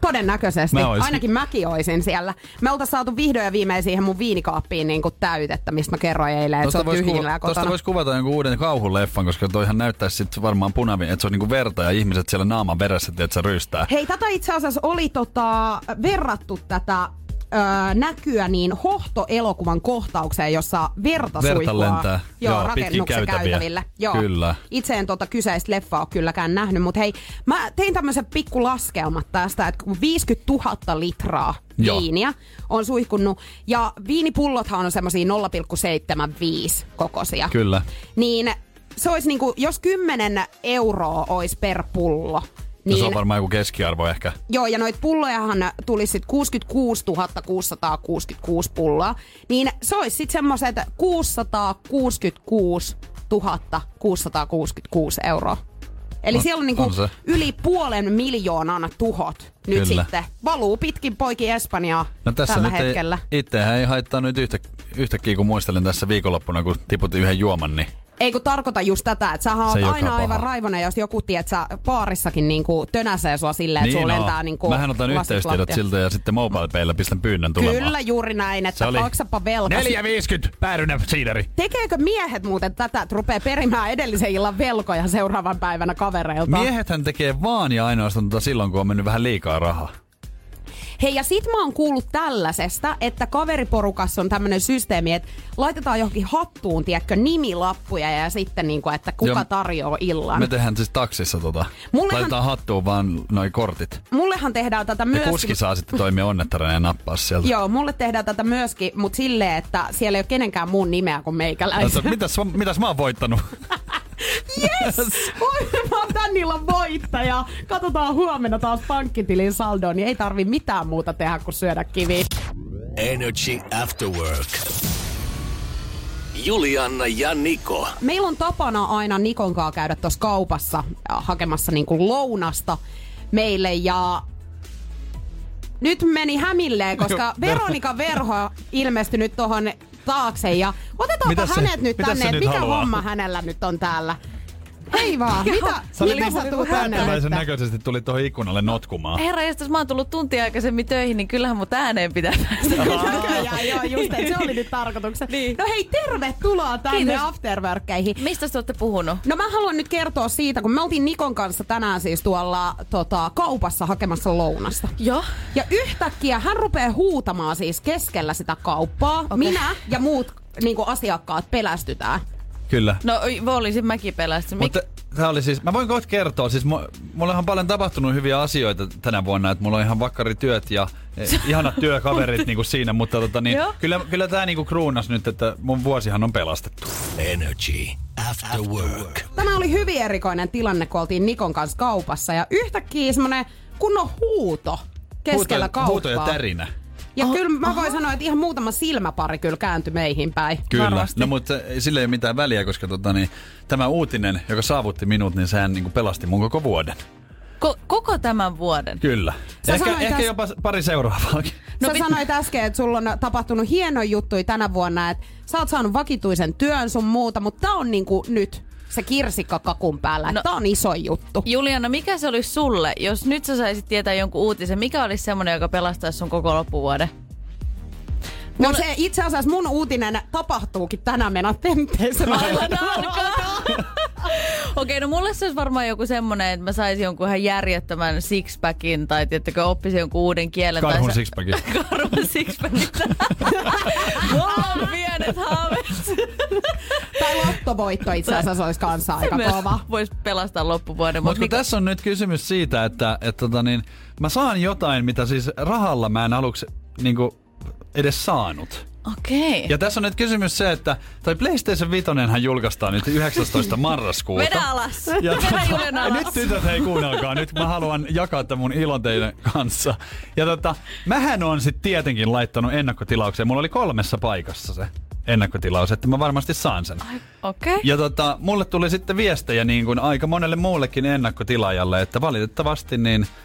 Todennäköisesti. Mä oisin. Ainakin mäkin oisin siellä. Me oltais saatu vihdoin ja viimein siihen mun viinikaappiin niin kuin täytettä, mistä mä kerroin eilen, että se on tyhjillä kotona. Tosta vois kuvata jonkun uuden kauhuleffan, koska toihan näyttäisi sit varmaan punavin, että se on niinku verta ja ihmiset siellä naaman veressä, että se rystää. Hei, tätä itse asiassa oli tota, verrattu tätä Öö, näkyä niin Hohto-elokuvan kohtaukseen, jossa verta, verta suihkuu. lentää. Joo, Joo, rakennuksen käytävillä. Joo. Kyllä. Itse en tota kyseistä leffaa ole kylläkään nähnyt, mutta hei, mä tein tämmöisen pikku laskelmat tästä, että kun viisikymmentätuhatta litraa Joo. viiniä on suihkunnut, ja viinipullothan on semmosia nolla pilkku seitsemänkymmentäviisi kokoisia. Kyllä. Niin se olisi niinku, jos kymmenen euroa olisi per pullo, niin, niin, se on varmaan joku keskiarvo ehkä. Joo, ja noita pullojahan tulisi sitten kuusikymmentäkuusituhatta kuusisataakuusikymmentäkuusi pulloa. Niin se olisi sitten semmoiset kuusisataakuusikymmentäkuusituhatta kuusisataakuusikymmentäkuusi euroa. Eli no, siellä on niinku on yli puolen miljoonan tuhot nyt Kyllä. sitten valuu pitkin poikin Espanjaa no tässä tällä nyt hetkellä. Ei, itsehän ei haittaa nyt yhtä, yhtäkkiä, kun muistelin tässä viikonloppuna, kun tiputin yhden juoman, niin ei kun tarkoita just tätä, että sähän oot aina aivan raivonen, jos joku tiedät, sä baarissakin niinku tönäsee sua silleen, että niin sulla no. lentää niinku Mähän otan yhteystiedot siltä ja sitten MobilePaylla pistän pyynnön tulemaan. Kyllä juuri näin, että oli maksapa velkas. neljä viisikymmentä päädynen siideri. Tekeekö miehet muuten tätä, että rupeaa perimään edellisen illan velkoja seuraavan päivänä kavereilta? Miehethän tekee vaan ja ainoastaan tota silloin, kun on mennyt vähän liikaa rahaa. Hei, ja sit mä oon kuullut tällaisesta, että kaveriporukassa on tämmönen systeemi, että laitetaan johonkin hattuun, tiedätkö, nimilappuja ja sitten niinku, että kuka Joo, tarjoaa illan. Me tehdään siis taksissa tota. Mullehan, laitetaan hattuun vaan noi kortit. Mullehan tehdään tätä myöskin. Ja kuski saa sitten toimia onnettarana ja nappaa sieltä. Joo, mulle tehdään tätä myöskin, mutta silleen, että siellä ei ole kenenkään muun nimeä kuin meikäläisen. No, mitäs, mitäs mä oon voittanut? Yes! Mä oon tän illan voittaja. Katsotaan huomenna taas pankkitilin saldoon, niin ei tarvi mitään muuta tehdä kuin syödä kiviä. Energy After Work. Julianna ja Niko. Meillä on tapana aina Nikon kanssa käydä tuossa kaupassa hakemassa niinku lounasta meille ja nyt meni hämilleen, koska Veronika Verho ilmestyi nyt tohon taakse ja otetaanpa se, hänet nyt tänne, että mikä haluaa? homma hänellä nyt on täällä. Hei vaan, mitä, sä mitä sä tuut tänne? Hätäväisen näköisesti tuli tuohon ikkunalle notkumaan. Herra, jos mä oon tullut tuntia aikaisemmin töihin, niin kyllähän mun ääneen pitää päästä. Näköjään, joo, just se oli nyt tarkoituksena. Niin. No hei, tervetuloa tänne afterworkkeihin. Mistä te olette puhunut? No mä haluan nyt kertoa siitä, kun me oltiin Nikon kanssa tänään siis tuolla tota, kaupassa hakemassa lounasta. Joo. Ja yhtäkkiä hän rupeaa huutamaan siis keskellä sitä kauppaa. Okay. Minä ja muut niinku asiakkaat pelästytään. Kyllä. No olisin mäkin pelästynyt. Mutta tää oli siis, mä voin kohta kertoa, siis mulla on paljon tapahtunut hyviä asioita tänä vuonna, että mulla on ihan vakkarityöt ja eh, ihanat työkaverit niinku siinä, mutta tota, niin, kyllä, kyllä tää niinku kruunas nyt, että mun vuosihan on pelastettu. Energy After Work. Tämä oli hyvin erikoinen tilanne, kun oltiin Nikon kanssa kaupassa ja yhtäkkiä semmonen kunnon huuto keskellä huuto, kauppaa. Huuto ja tärinä. Ja oh, kyllä mä aha. voin sanoa, että ihan muutama silmäpari kyllä kääntyi meihin päin. Kyllä, varmasti. no mutta sillä ei ole mitään väliä, koska tota, niin, tämä uutinen, joka saavutti minut, niin sehän niin kuin pelasti mun koko vuoden. Ko- koko tämän vuoden? Kyllä. Sä Ehkä, ehkä täs... jopa pari seuraavaakin. No, sä pit- sanoit äsken, että sulla on tapahtunut hienoja juttuja tänä vuonna, että sä oot saanut vakituisen työn sun muuta, mutta tää on niinku nyt se kirsikka kakun päällä, no, tää on iso juttu. Juliana, mikä se olisi sulle, jos nyt sä saisit tietää jonkun uutisen, mikä olisi semmoinen, joka pelastaisi sun koko loppuvuoden? No mulle... se itse asiassa mun uutinen tapahtuukin tänään mennä tenteessä. Okei, no mulle se olisi varmaan joku semmonen, että mä saisin jonkun ihan järjettömän sixpackin tai tiettäkö oppisin jonkun uuden kielen. Karhun tai sixpackin. Karhun sixpackin. Mulla on pienet haaveet. Tai lottovoitto itse asiassa olisi kanssa aika kova. Voisi pelastaa loppuvuoden. Mutta Mut tässä on nyt kysymys siitä, että et, tota, niin, mä saan jotain, mitä siis rahalla mä en aluksi niinku, edes saanut. Okei. Ja tässä on nyt kysymys se, että toi PlayStation viisi julkaistaan nyt yhdeksästoista marraskuuta. Vedä alas. Ja, Vedä Juliana alas. Nyt tytöt, hei kuunnelkaa. Nyt mä haluan jakaa tämän mun ilon teidän kanssa. Ja tota, mähän on sit tietenkin laittanut ennakkotilaukseen. Mulla oli kolmessa paikassa se ennakkotilaus, että mä varmasti saan sen. Okei. Okay. Ja tota, mulle tuli sitten viestejä niin kuin aika monelle muullekin ennakkotilaajalle, että valitettavasti niin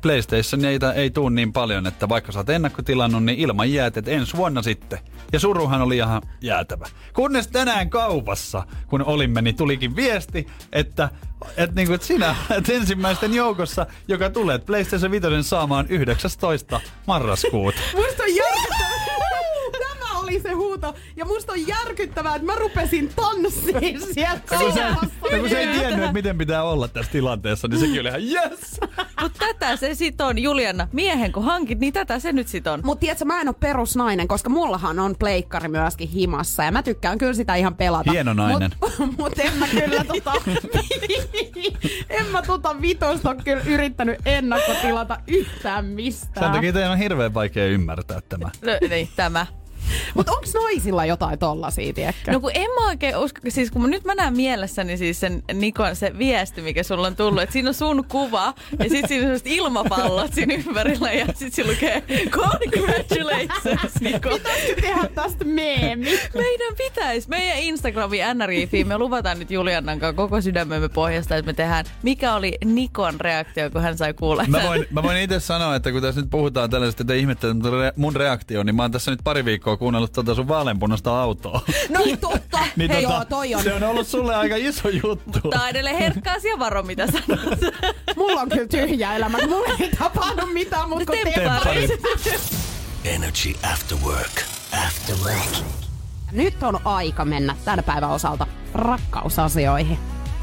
PlayStationeita ei tuu niin paljon, että vaikka sä oot ennakkotilannut, niin ilman jäät, että ensi vuonna sitten. Ja suruhan oli ihan jäätävä. Kunnes tänään kaupassa, kun olimme, niin tulikin viesti, että, että, niin kuin, että sinä olet ensimmäisten joukossa, joka tulee PlayStation viisi saamaan yhdeksästoista marraskuuta. Musta on järkyttävää. Tämä oli se huuto. Ja musta on järkyttävää, että mä rupesin tanssiin sieltä. Kun se, kun se ei tiennyt, että miten pitää olla tässä tilanteessa, niin sekin oli ihan yes! Mut tätä se sit on, Juliana. Miehen kun hankit, niin tätä se nyt sit on. Mut tiedätkö, mä en oo perusnainen, koska mullahan on pleikkari myöskin himassa. Ja mä tykkään kyllä sitä ihan pelata. Hieno nainen. Mut, mut en mä kyllä tota... en mä tota vitosta kyllä yrittänyt ennakkotilata yhtään mistään. Sen takia teidän on hirveän vaikea ymmärtää tämä. No, niin, tämä. Mutta onks naisilla jotain tollasia, tiedätkö? No kun en mä oikein usko, siis kun mä nyt mä näen mielessäni siis sen Nikon se viesti, mikä sulla on tullut, että siinä on sun kuva ja sit siinä on sellaiset ilmapallot siinä ympärillä ja sit siinä lukee congratulations Niko. Pitäisikö tehdä tästä meemi? Meidän pitäis. Meidän Instagramin N R J-fi, me luvataan nyt Juliannan kanssa koko sydämemme pohjasta, että me tehdään, mikä oli Nikon reaktio, kun hän sai kuulla. Mä voin, mä voin itse sanoa, että kun tässä nyt puhutaan tällaisesta, että ihmettelee mun reaktio, niin mä oon tässä nyt pari viikkoa kuunnellut tota sun vaaleanpunaista autoa. No totta. niin Hei tota, joo, toi on. Se on ollut sulle aika iso juttu. Tää on edelleen herkkä asia, varo mitä sanot. Mulla on kyllä tyhjä elämä. Mulla ei tapahdu mitään muuta kuin Tempparit. Energy After Work. After Work. Nyt on aika mennä tämän päivän osalta rakkausasioihin.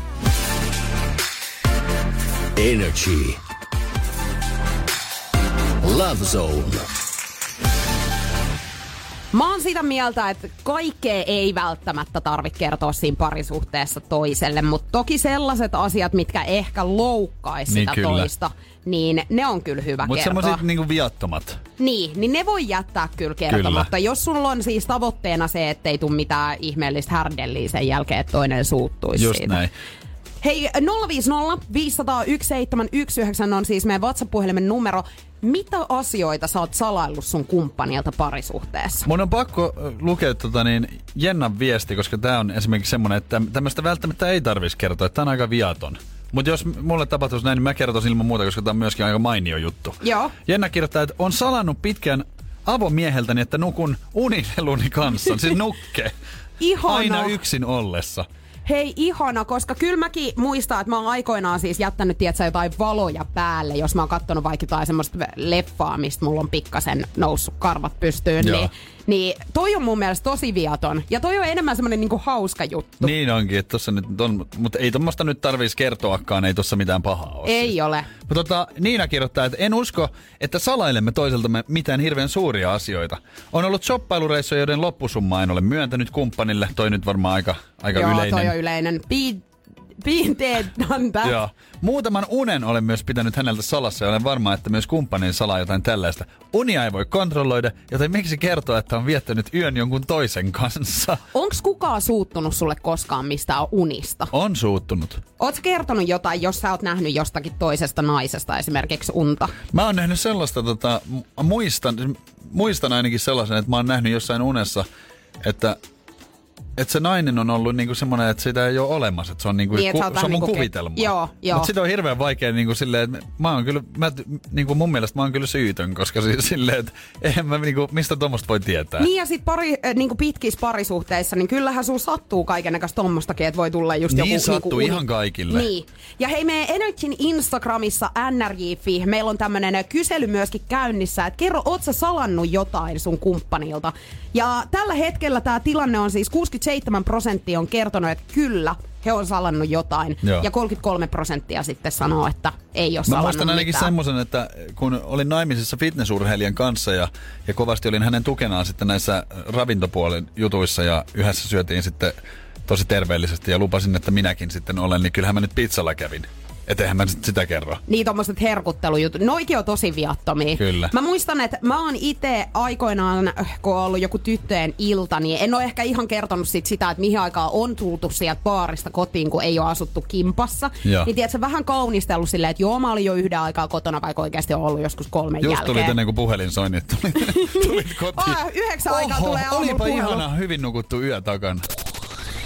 Energy. Love Zone. Mä oon sitä mieltä, että kaikkea ei välttämättä tarvitse kertoa siinä parisuhteessa toiselle, mutta toki sellaiset asiat, mitkä ehkä loukkaisi niin sitä kyllä. toista, niin ne on kyllä hyvä Mut kertoa. Mutta semmoiset niinku viattomat. Niin, niin ne voi jättää kyllä kertomatta. Kyllä. Jos sulla on siis tavoitteena se, ettei tule mitään ihmeellistä härdelliä sen jälkeen, että toinen suuttuisi Just siitä. näin. Hei, nolla viisi nolla viisi nolla yksi seitsemän yksi yhdeksän on siis meidän WhatsApp-puhelimen numero. Mitä asioita sä oot salaillut sun kumppanilta parisuhteessa? Mun on pakko lukea tota niin Jennan viesti, koska tää on esimerkiksi semmonen, että tämmöistä välttämättä ei tarvitsisi kertoa, että tää on aika viaton. Mutta jos mulle tapahtuisi näin, niin mä kertoisin ilman muuta, koska tää on myöskin aika mainio juttu. Joo. Jenna kirjoittaa, että on salannut pitkään avomieheltäni, että nukun unileluni kanssa, siis nukke. Ihana. Aina yksin ollessa. Hei, ihana, koska kyllä mäkin muistan, että mä oon aikoinaan siis jättänyt, tietsä, jotain valoja päälle, jos mä oon kattonut vaikka jotain semmoista leffaa, mistä mulla on pikkasen noussut karvat pystyyn, niin, niin toi on mun mielestä tosi viaton. Ja toi on enemmän semmonen niinku hauska juttu. Niin onkin, että tossa nyt on, mutta ei tommoista nyt tarvitsisi kertoakaan, ei tossa mitään pahaa ole. Ei siis. ole. Mutta tota, Niina kirjoittaa, että en usko, että salailemme toiseltamme mitään hirveän suuria asioita. On ollut shoppailureissuja, joiden loppusummaa en ole myöntänyt kumppanille. Toi nyt varmaan aika, aika Joo, yleinen. Joo, toi on yleinen. Be, be dead, done that. Joo. Muutaman unen olen myös pitänyt häneltä salassa ja olen varma, että myös kumppanin salaa jotain tällaista. Unia ei voi kontrolloida, joten miksi kertoa, että on viettänyt yön jonkun toisen kanssa? Onks kukaan suuttunut sulle koskaan mistään unista? On suuttunut. Ootko kertonut jotain, jos sä oot nähnyt jostakin toisesta naisesta esimerkiksi unta? Mä oon nähnyt sellaista, tota, muistan, muistan ainakin sellaisen, että mä oon nähnyt jossain unessa, että että se nainen on ollut niinku semmoinen, että sitä ei ole olemassa, että se on, niinku, niin, ku, se on, se on mun niinku kuvitelma. Ke- joo, joo. Mutta sitä on hirveän vaikea niinku silleen, että mä oon kyllä, mä, niinku mun mielestä mä oon kyllä syytön, koska siis silleen, että eihän mä niinku, mistä tommoista voi tietää. Niin ja sit pari, äh, niinku pitkissä parisuhteissa, niin kyllähän sun sattuu kaikennäköistä tommostakin, että voi tulla just niin joku... sattuu niinku uni. ihan kaikille. Niin. Ja hei, meidän Energyn Instagramissa N R J F I, meillä on tämmönen kysely myöskin käynnissä, että kerro, oot sä salannut jotain sun kumppanilta? Ja tällä hetkellä tää tilanne on siis kuusikymmentäseitsemän prosenttia on kertonut, että kyllä, he on salannut jotain. Joo. Ja kolmekymmentäkolme prosenttia sitten sanoo, että ei ole Mä salannut muistan ainakin mitään. semmoisen, että kun olin naimisissa fitnessurheilijan kanssa ja, ja kovasti olin hänen tukenaan sitten näissä ravintopuolen jutuissa ja yhdessä syötiin sitten tosi terveellisesti ja lupasin, että minäkin sitten olen, niin kyllähän mä nyt pizzalla kävin. Et eihän mä sitä kerro. Niin, tommoset herkuttelujutut. Noikin on tosi viattomia. Kyllä. Mä muistan, että mä oon ite aikoinaan, kun on ollut joku tyttöjen ilta, niin en ole ehkä ihan kertonut sit sitä, että mihin aikaan on tultu sieltä baarista kotiin, kun ei ole asuttu kimpassa. Joo. Niin tiedätkö, vähän kaunistellut silleen, että joo, mä olin jo yhden aikaa kotona, vaikka oikeasti on ollut joskus kolmen Just jälkeen. tulit ennen kuin puhelin soi, niin tulit, tulit kotiin. Ah, yhdeksän aikaa Oho, tulee aamulla olipa puhelu. ihana, hyvin nukuttu yö takana.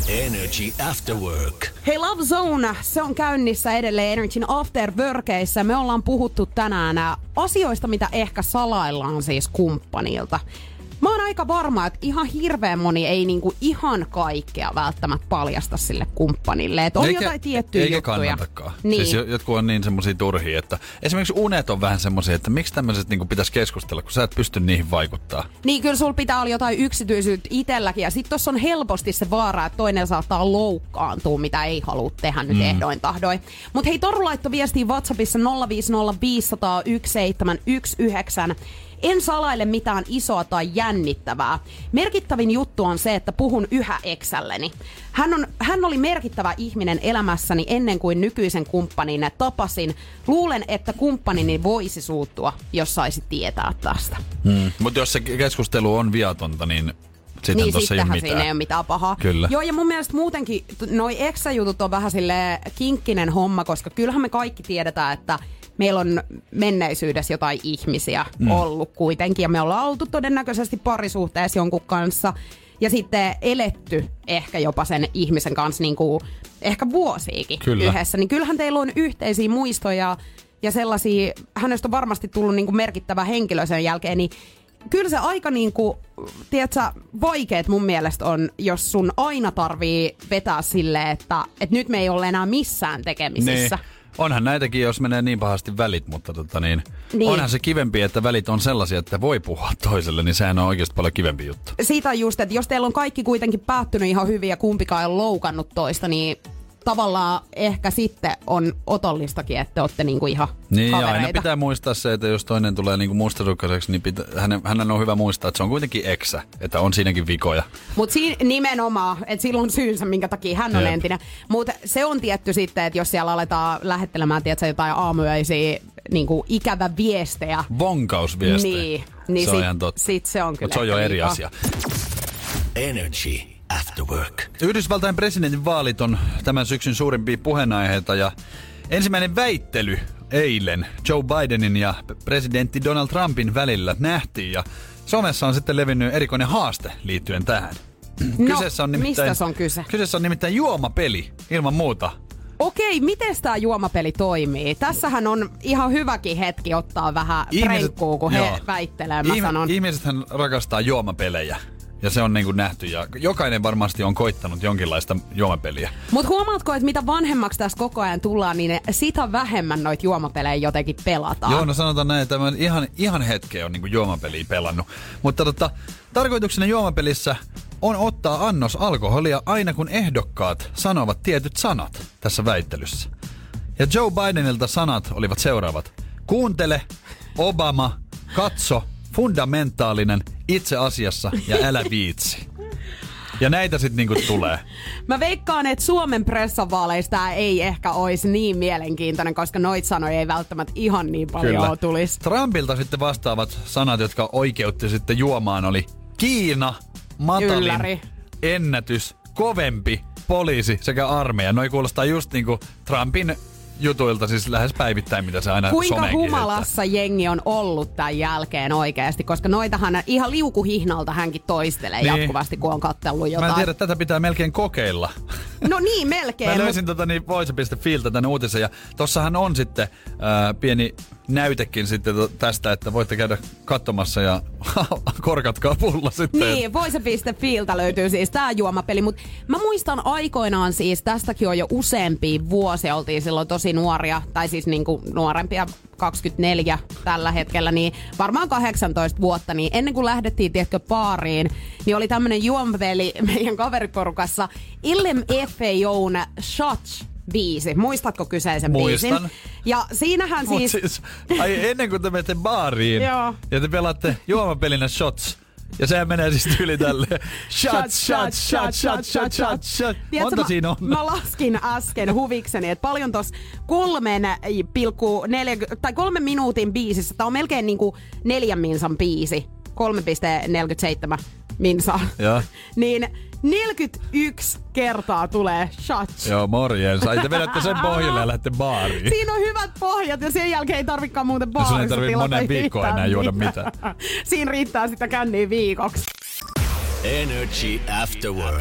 Energy After Work. Hei, Love Zone, se on käynnissä edelleen Energyn After Workeissä. Me ollaan puhuttu tänään asioista, mitä ehkä salaillaan siis kumppanilta. Mä oon aika varma, että ihan hirveän moni ei niinku ihan kaikkea välttämättä paljasta sille kumppanille. Että on eikä, jotain tiettyjä eikä juttuja. Eikä kannatakaan. Niin. Siis jotkut on niin semmosia turhia, että esimerkiksi unet on vähän semmosia, että miksi tämmöiset niinku pitäisi keskustella, kun sä et pysty niihin vaikuttaa. Niin, kyllä sulla pitää olla jotain yksityisyyttä itselläkin. Ja sit tossa on helposti se vaara, että toinen saattaa loukkaantua, mitä ei halua tehdä nyt mm. ehdoin tahdoin. Mut hei, Toru laittoi viestiä WhatsAppissa nolla viisi nolla viisi nolla nolla yksi seitsemän yksi yhdeksän. En salaile mitään isoa tai jännittävää. Merkittävin juttu on se, että puhun yhä eksälleni. Hän, on, hän oli merkittävä ihminen elämässäni ennen kuin nykyisen kumppanin tapasin. Luulen, että kumppanini voisi suuttua, jos saisi tietää tästä. Hmm. Mutta jos se keskustelu on viatonta, niin sitten niin tossa ei ole mitään. Siinä ei ole mitään pahaa. Kyllä. Joo, ja mun mielestä muutenkin noi eksä-jutut on vähän silleen kinkkinen homma, koska kyllähän me kaikki tiedetään, että meillä on menneisyydessä jotain ihmisiä mm. ollut kuitenkin, ja me ollaan oltu todennäköisesti parisuhteessa jonkun kanssa, ja sitten eletty ehkä jopa sen ihmisen kanssa niin kuin ehkä vuosiikin Kyllä. yhdessä. Niin kyllähän teillä on yhteisiä muistoja, ja sellaisia, hänestä on varmasti tullut niin kuin merkittävä henkilö sen jälkeen, niin kyllä se aika niinku, tiedätkö, vaikeet mun mielestä on, jos sun aina tarvii vetää silleen, että, että nyt me ei ole enää missään tekemisissä. Niin. Onhan näitäkin, jos menee niin pahasti välit, mutta tota niin, niin. onhan se kivempi, että välit on sellaisia, että voi puhua toiselle, niin sehän on oikeasti paljon kivempi juttu. Siitä on just, että jos teillä on kaikki kuitenkin päättynyt ihan hyvin ja kumpikaan ei ole loukannut toista, niin tavallaan ehkä sitten on otollistakin, että olette niinku ihan niin, kavereita. Niin, aina pitää muistaa se, että jos toinen tulee niinku mustasukkaiseksi, niin pitä, hänen, hänen on hyvä muistaa, että se on kuitenkin eksä, että on siinäkin vikoja. Mutta siinä nimenomaan, että sillä on syynsä, minkä takia hän on Jep. entinen. Mutta se on tietty sitten, että jos siellä aletaan lähettelemään, tiedätkö, jotain aamuyöisiä niinku ikävä viestejä. Vonkausviestejä. Niin, niin se on sit, ihan totta. Sit se on kyllä. Mutta se on jo eri asia. Energy After Work. Yhdysvaltain presidentin vaalit on tämän syksyn suurimpia puheenaiheita ja ensimmäinen väittely eilen Joe Bidenin ja presidentti Donald Trumpin välillä nähtiin ja somessa on sitten levinnyt erikoinen haaste liittyen tähän. No, kyseessä on nimittäin, mistä on kyse? Kyseessä on nimittäin juomapeli, ilman muuta. Okei, miten tämä juomapeli toimii? Tässähän on ihan hyväkin hetki ottaa vähän prenkkuu, kun joo. he väittelee, mä Ihmi, sanon. Ihmisethän rakastaa juomapelejä. Ja se on niin kuin nähty ja jokainen varmasti on koittanut jonkinlaista juomapeliä. Mut huomaatko, että mitä vanhemmaksi tässä koko ajan tullaan, niin sitä vähemmän noita juomapelejä jotenkin pelataan. Joo, no sanotaan näin, että mä ihan, ihan hetkeä on niin kuin juomapeliä pelannut. Mutta tota, tarkoituksena juomapelissä on ottaa annos alkoholia aina kun ehdokkaat sanovat tietyt sanat tässä väittelyssä. Ja Joe Bidenilta sanat olivat seuraavat. Kuuntele, Obama, katso, fundamentaalinen, itse asiassa ja älä viitsi. Ja näitä sitten niinku tulee. Mä veikkaan, että Suomen pressavaaleista tää ei ehkä olisi niin mielenkiintoinen, koska noit sanoja ei välttämättä ihan niin paljon tulisi. Trumpilta sitten vastaavat sanat, jotka oikeutti sitten juomaan, oli Kiina, matalin, Ylläri. ennätys, kovempi, poliisi sekä armeija. Noi kuulostaa just niinku Trumpin jutuilta siis lähes päivittäin, mitä se aina Kuinka someenkin humalassa heittää. Jengi on ollut tämän jälkeen oikeasti, koska noitahan ihan liukuhihnalta hänkin toistelee niin. jatkuvasti, kun on kattellut jotain. Mä en tiedä, tätä pitää melkein kokeilla. No niin, melkein. Mä löysin mut... tota niin voice piste filtä tänne uutisen ja tossahan on sitten ää, pieni näytekin sitten to, tästä, että voitte käydä katsomassa ja korkatkaa pulla sitten. Niin, voice piste filtä löytyy siis tää juomapeli, mutta mä muistan aikoinaan siis, tästäkin on jo useampia vuosia, oltiin silloin tosi nuoria, tai siis niinku nuorempia, kaksikymmentäneljä tällä hetkellä, niin varmaan kahdeksantoista vuotta, niin ennen kuin lähdettiin, tiedätkö, baariin, niin oli tämmönen juomapeli meidän kaveriporukassa, Illem F A O'n Shots biisi. Muistatko kyseisen Muistan. biisin? Ja siinähän Mut siis... siis... Ai ennen kuin te menette baariin ja te pelaatte juomapelinä Shots. Ja sehän menee siis tyyli tälleen. Shots, shots, shots, shots, shots, shots, shots. Monta siinä on? Mä laskin äsken huvikseni, että paljon tossa kolmen pilkku neljä, tai kolmen minuutin biisissä, tää on melkein niinku neljän minsan biisi. kolme pilkku neljäkymmentäseitsemän minsaa. Joo. Niin neljäkymmentäyksi kertaa tulee shots. Joo, morjens. Ai te vedätte sen pohjalle ja lähdette baariin. Siinä on hyvät pohjat ja sen jälkeen ei tarvikaan muuten baarissa tilata. Sun ei tarvitse monen viikkoon enää juoda mitään. Siinä riittää sitä känniä viikoksi. Energy After Work.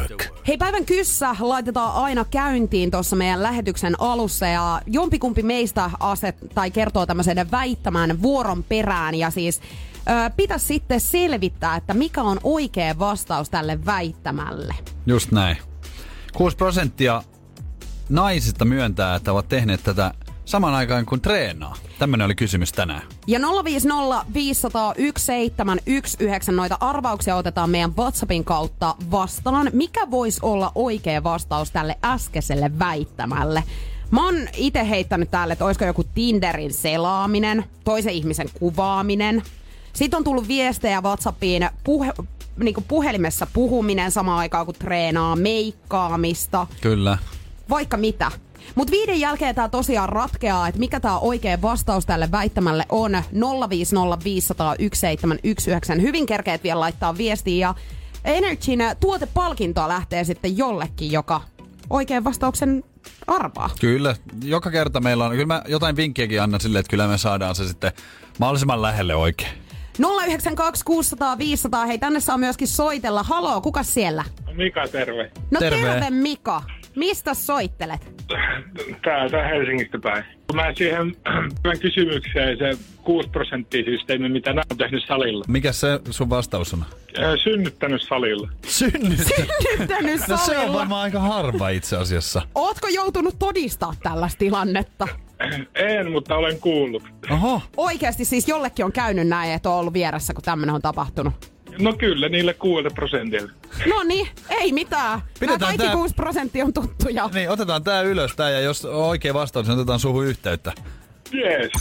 Hei, päivän kyssä laitetaan aina käyntiin tuossa meidän lähetyksen alussa ja jompikumpi meistä aset, tai kertoo tämmöisen väittämään vuoron perään ja siis ö, pitäisi sitten selvittää, että mikä on oikea vastaus tälle väittämälle. Just näin. kuusi prosenttia naisista myöntää, että ovat tehneet tätä saman aikaan kuin treenaa. Tämmönen oli kysymys tänään. Ja nolla viisi nolla viisi nolla nolla yksi seitsemän yksi yhdeksän noita arvauksia otetaan meidän WhatsAppin kautta vastaan. Mikä voisi olla oikea vastaus tälle äskeiselle väittämälle? Mä oon itse heittänyt täällä, että olisiko joku Tinderin selaaminen, toisen ihmisen kuvaaminen. Sitten on tullut viestejä WhatsAppiin puhe, niin kuin puhelimessa puhuminen samaan aikaan kuin treenaa, meikkaamista. Kyllä. Vaikka mitä. Mut viiden jälkeen tää tosiaan ratkeaa, että mikä tää oikea vastaus tälle väittämälle on nolla viisi nolla viisi nolla nolla yksi seitsemän yksi yhdeksän. Hyvin kerkeet vielä laittaa viestiä ja Energyn tuotepalkintoa lähtee sitten jollekin, joka oikean vastauksen arvaa. Kyllä. Joka kerta meillä on, kyllä mä jotain vinkkiäkin annan silleen, että kyllä me saadaan se sitten mahdollisimman lähelle oikein. nolla yhdeksän kaksi kuusi nolla nolla viisi nolla nolla. Hei, tänne saa myöskin soitella. Haloo, kuka siellä? Mika, terve. No Terve. terve Mika. Mistä soittelet? Täältä Helsingistä päin. Mä siihen kysymykseen se kuusi prosenttia systeemi, mitä nämä on tehnyt salilla. Mikä se sun vastaus on? Synnyttänyt salilla. Synnyttänyt. Synnyttänyt No se on salilla. varmaan aika harva itse asiassa. Ootko joutunut todistaa tällaista tilannetta? En, mutta olen kuullut. Oho. Oikeasti siis jollekin on käynyt näin, että on ollut vieressä, kun tämmönen on tapahtunut. No kyllä, niille kuudelle prosentille. No niin, ei mitään. Pidetään Nämä kaikki tää- kuusi prosenttia on tuttuja. Niin, otetaan tää ylös tää ja jos on oikea vastaus, niin otetaan suhun yhteyttä. Jees.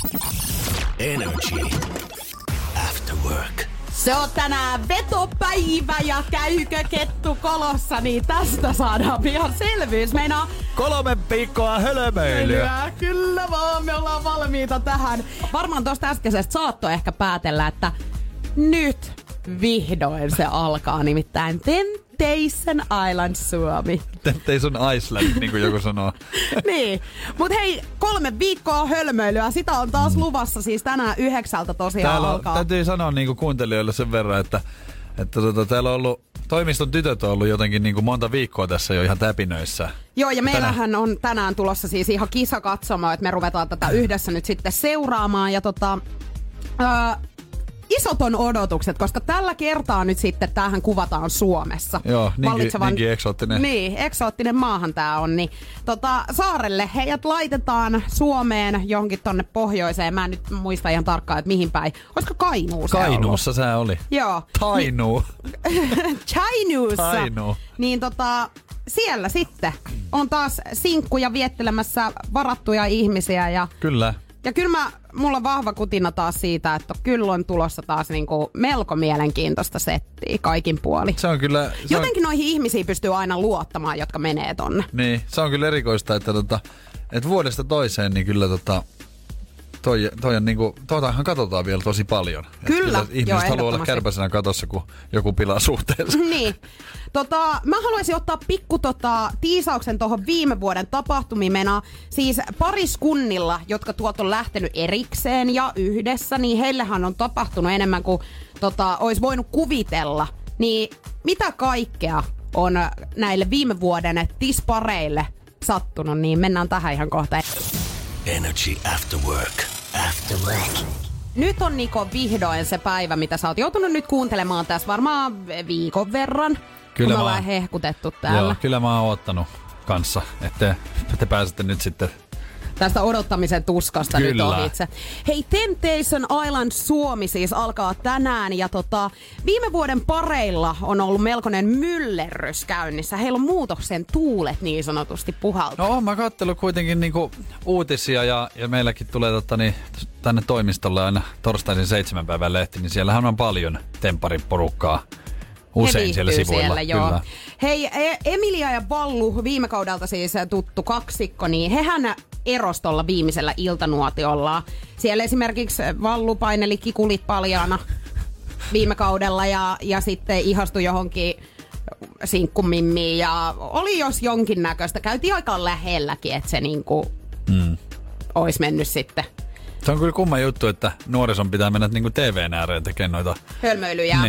Energy After Work. Se on tänään vetopäivä ja käykö kettu kolossa, niin tästä saadaan pian selvyys. Meinaa Kolme viikkoa hölmöilyä. Kyllä, kyllä vaan, me ollaan valmiita tähän. Varmaan tuosta äskeisestä saattoi ehkä päätellä, että nyt vihdoin se alkaa, nimittäin Temptation Island Suomi. Temptation Island, niin kuin joku sanoo. Niin, mut hei, kolme viikkoa hölmöilyä, sitä on taas luvassa, siis tänään yhdeksältä tosiaan Täällä on, alkaa. täytyy sanoa niin kuin kuuntelijoille sen verran, että, että tota, täällä on ollut, toimiston tytöt on ollut jotenkin niin kuin monta viikkoa tässä jo ihan täpinöissä. Joo, ja meillähän on tänään tulossa siis ihan kisa katsomaan, että me ruvetaan tätä yhdessä nyt sitten seuraamaan. Ja tota, ää, isot on odotukset, koska tällä kertaa nyt sitten tämähän kuvataan Suomessa. Joo, niinkin, Vallitsevan- niinkin eksoottinen. Niin, eksoottinen maahan tää on. Niin, tota, saarelle heidät laitetaan Suomeen johonkin tonne pohjoiseen. Mä en nyt muista ihan tarkkaan, että mihin päin. Olisiko Kainuu se Kainuussa sä oli. ollut? Joo. Tainuu. Kainuussa. Kainuu. Niin tota, siellä sitten on taas sinkkuja viettelemässä varattuja ihmisiä ja Kyllä. ja kyllä mä, mulla on vahva kutina taas siitä, että kyllä on tulossa taas niinku melko mielenkiintoista settiä kaikin puoli. Se on kyllä... Se Jotenkin noihin ihmisiin pystyy aina luottamaan, jotka menee tonne. on, niin, se on kyllä erikoista, että, tota, että vuodesta toiseen niin kyllä tota, toi, toi on niinku, toitahan katsotaan vielä tosi paljon. Et Kyllä, ihmiset joo, haluaa olla ehdottomasti. kärpäsenä katossa, kun joku pilaa suhteensa. Niin. Tota, mä haluaisin ottaa pikku tota, tiisauksen tuohon viime vuoden tapahtumiin. Mena, siis pariskunnilla, jotka tuolta on lähtenyt erikseen ja yhdessä, niin heillähän on tapahtunut enemmän kuin tota, olisi voinut kuvitella. Niin mitä kaikkea on näille viime vuoden tispareille sattunut, niin mennään tähän ihan kohta. Energy After Work. After Work. Nyt on Niko vihdoin se päivä, mitä sä oot joutunut nyt kuuntelemaan tässä varmaan viikon verran. Kyllä kun me mä ollaan oon- hehkutettu täällä. Joo, kyllä mä oon ottanut kanssa, että te pääsette nyt sitten... Tästä odottamisen tuskasta Kyllä. nyt ohitse. Hei, Temptation Island Suomi siis alkaa tänään ja tota, viime vuoden pareilla on ollut melkoinen myllerrys käynnissä. Heillä on muutoksen tuulet niin sanotusti puhaltaa. No, mä kattellut kuitenkin niinku uutisia ja, ja meilläkin tulee totta, niin, tänne toimistolle aina torstaisin seitsemän päivän lehti, niin siellähän on paljon temppariporukkaa usein He siellä viihtyy sivuilla. Siellä, joo. Kyllä. Hei, E- Emilia ja Vallu, viime kaudelta siis tuttu kaksikko, niin hehän erosi tuolla viimeisellä iltanuotiolla. Siellä esimerkiksi Vallu paineli kikulit paljaana viime kaudella ja, ja sitten ihastui johonkin sinkkumimmiin ja oli jos jonkinnäköistä. Käytiin aika lähelläkin, että se niinku Mm. olisi mennyt sitten Se on kyllä kumma juttu, että nuorison pitää mennä niinku T V:n ääreen tekemään noita... hölmöilyjä. Niin.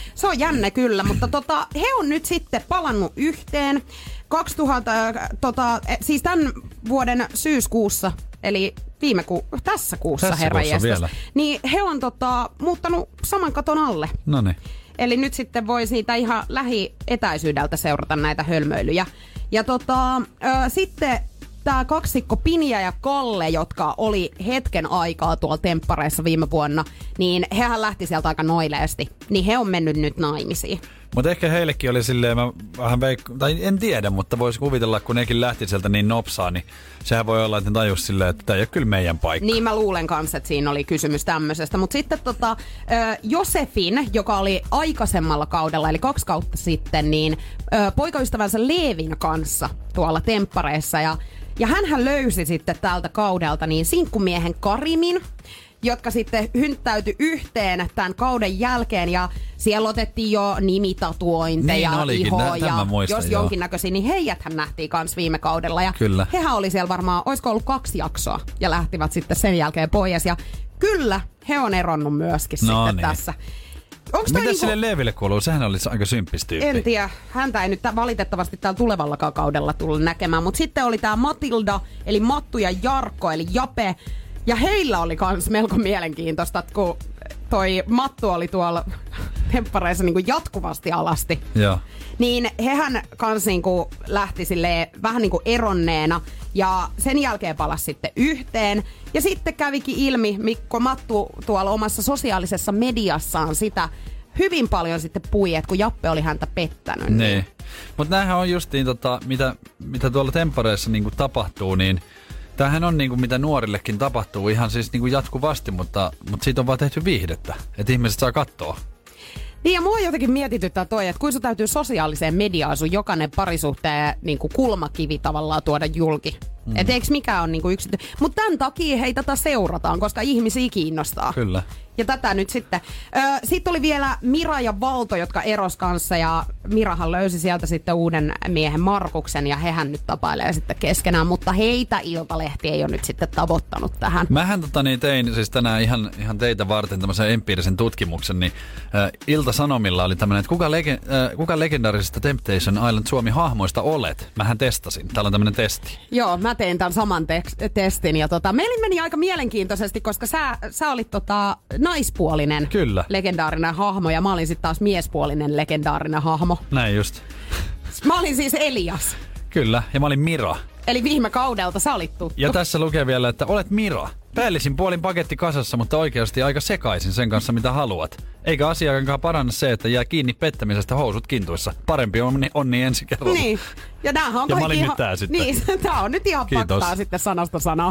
Se on jännä kyllä, mutta tota, he on nyt sitten palannut yhteen. kaksituhatta, tota, siis tämän vuoden syyskuussa, eli viime ku, tässä kuussa tässä herran kuussa vielä. Niin he on tota, muuttanut saman katon alle. Noniin. Eli nyt sitten voi siitä ihan lähietäisyydeltä seurata näitä hölmöilyjä. Ja tota, ö, sitten tämä kaksikko Pinja ja Kalle, jotka oli hetken aikaa tuolla temppareissa viime vuonna, niin hehän lähti sieltä aika noileesti. Niin he on mennyt nyt naimisiin. Mutta ehkä heillekin oli silleen, mä vähän veik- tai en tiedä, mutta voisi kuvitella, kun nekin lähti sieltä niin nopsaa, niin sehän voi olla, että ne tajus silleen, että tämä ei ole kyllä meidän paikka. Niin mä luulen kanssa, että siinä oli kysymys tämmöisestä. Mutta sitten tota, Josefin, joka oli aikaisemmalla kaudella, eli kaksi kautta sitten, niin poikaystävänsä Leevin kanssa tuolla temppareissa. Ja, ja hänhän löysi sitten tältä kaudelta niin sinkkumiehen Karimin, jotka sitten hynttäytyi yhteen tämän kauden jälkeen ja siellä otettiin jo nimitatuointeja, niin olikin, ihoa Nä, ja muistan, jos joo. jonkinnäköisiä, niin heijäthän nähtiin kans viime kaudella. Ja kyllä. Hehän oli siellä varmaan, olisiko ollut kaksi jaksoa ja lähtivät sitten sen jälkeen pois. Ja kyllä, he on eronnut myöskin no sitten niin. tässä. Mitä niinku... sille Leeville kuuluu? Sehän oli aika symppis tyyppi. En tiedä. Häntä ei nyt valitettavasti täällä tulevallakaan kaudella tullut näkemään. Mutta sitten oli tää Matilda, eli Mattu ja Jarkko, eli Jape. Ja heillä oli kans melko mielenkiintoista, että kun toi Mattu oli tuolla temppareissa niin kuin jatkuvasti alasti. Joo. Niin hehän kans niin kuin lähti silleen vähän niin kuin eronneena. Ja sen jälkeen palasi sitten yhteen. Ja sitten kävikin ilmi, Mikko Mattu tuolla omassa sosiaalisessa mediassaan sitä hyvin paljon sitten pui, että kun Jappe oli häntä pettänyt. Niin. niin. Mutta näähän on justiin, tota, mitä, mitä tuolla temppareissa niinku tapahtuu, niin tämähän on niinku mitä nuorillekin tapahtuu ihan siis niinku jatkuvasti, mutta, mutta siitä on vaan tehty viihdettä, että ihmiset saa katsoa. Niin ja mua jotenkin mietityttää toi, että kuinka sun täytyy sosiaaliseen mediaan sun jokainen parisuhteen niin kuin kulmakivi tavallaan tuoda julki. Mm. Et eikö mikään ole niin yksity... Mutta tämän takia hei tätä seurataan, koska ihmisiä kiinnostaa. Kyllä. Ja tätä nyt sitten. Sitten oli vielä Mira ja Valto, jotka eros kanssa ja Mirahan löysi sieltä sitten uuden miehen Markuksen ja hehän nyt tapailee sitten keskenään, mutta heitä Iltalehti ei ole nyt sitten tavoittanut tähän. Mähän tota, niin tein siis tänään ihan, ihan teitä varten tämmöisen empiirisen tutkimuksen, niin äh, Ilta-Sanomilla oli tämmöinen, että kuka, lege, äh, kuka legendaarisesta Temptation Island Suomi-hahmoista olet? Mähän testasin. Täällä on tämmöinen testi. Joo, mä tein tämän saman te- testin ja tota, meillä meni aika mielenkiintoisesti, koska sä, sä olit tota, naispuolinen Kyllä. legendaarinen hahmo ja mä olin sitten taas miespuolinen legendaarinen hahmo. Näin just. Mä olin siis Elias. Kyllä, ja mä olin Mira. Eli viime kaudelta sä olit tuttu. Ja tässä lukee vielä, että olet Mira. Päällisin puolin paketti kasassa, mutta oikeasti aika sekaisin sen kanssa, mitä haluat. Eikä asiakkaan paranna se, että jää kiinni pettämisestä housut kintuissa. Parempi on onni ensi kerralla. Niin. Ja näähän on ja kaikki mä olin ihan... nyt tää sitten. Niin, tää on nyt ihan Kiitos. faktaa sitten sanasta sanaa.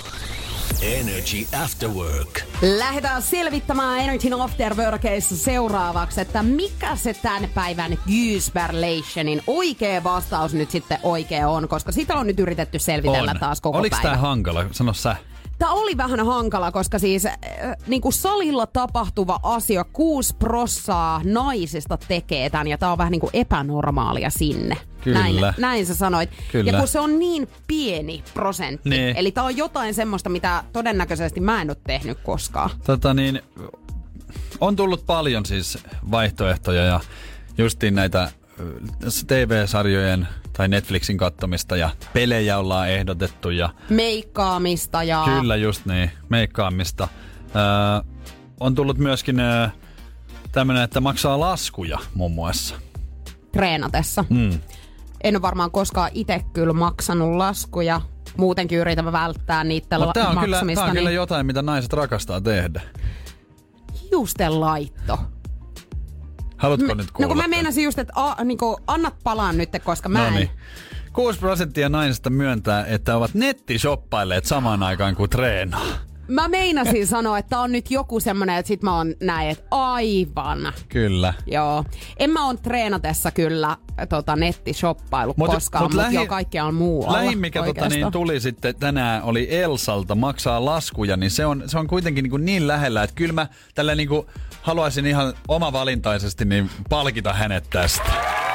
Energy After Work. Lähdetään selvittämään Energyn Afterworkeissa seuraavaksi, että mikä se tämän päivän Gysberlationin oikea vastaus nyt sitten oikea on, koska sitä on nyt yritetty selvitellä On. taas koko Oliko päivä. tää hankala? Sano sä. Tämä oli vähän hankala, koska siis äh, niin kuin salilla tapahtuva asia, kuusi prossaa naisista tekee tämän ja tämä on vähän niin kuin epänormaalia sinne. Kyllä. Näin, näin sä sanoit. Kyllä. Ja kun se on niin pieni prosentti, niin. eli tämä on jotain semmoista, mitä todennäköisesti mä en ole tehnyt koskaan. Tota niin, on tullut paljon siis vaihtoehtoja ja justiin näitä T V-sarjojen tai Netflixin kattomista ja pelejä ollaan ehdotettu ja... Meikkaamista ja... Kyllä just niin, meikkaamista. Öö, on tullut myöskin öö, tämmönen, että maksaa laskuja muun muassa. Treenatessa. Mm. En ole varmaan koskaan itse kyllä maksanut laskuja. Muutenkin yritän välttää niitä Mutta la- tää on, maksamista. kyllä, tää on niin... kyllä jotain, mitä naiset rakastaa tehdä. Hiusten laitto. Haluatko nyt kuulla? No kun mä meinasin just, että a, niinku, annat palaan nyt, koska mä en... Noniin. kuusi prosenttia naisista myöntää, että ovat nettishoppaileet samaan aikaan kuin treenaa. Mä meinasin sanoa, että on nyt joku semmonen, että sit mä oon näin, että aivan. Kyllä. Joo. En mä oon treenatessa kyllä tota, nettishoppaillut Mut- koskaan, mut mutta lähi- jo kaikkea on muualla. Lähin, mikä tota, niin, tuli sitten tänään, oli Elsalta maksaa laskuja, niin se on, se on kuitenkin niin, niin lähellä, että kyllä mä tällä niin kuin, haluaisin ihan omavalintaisesti niin palkita hänet tästä.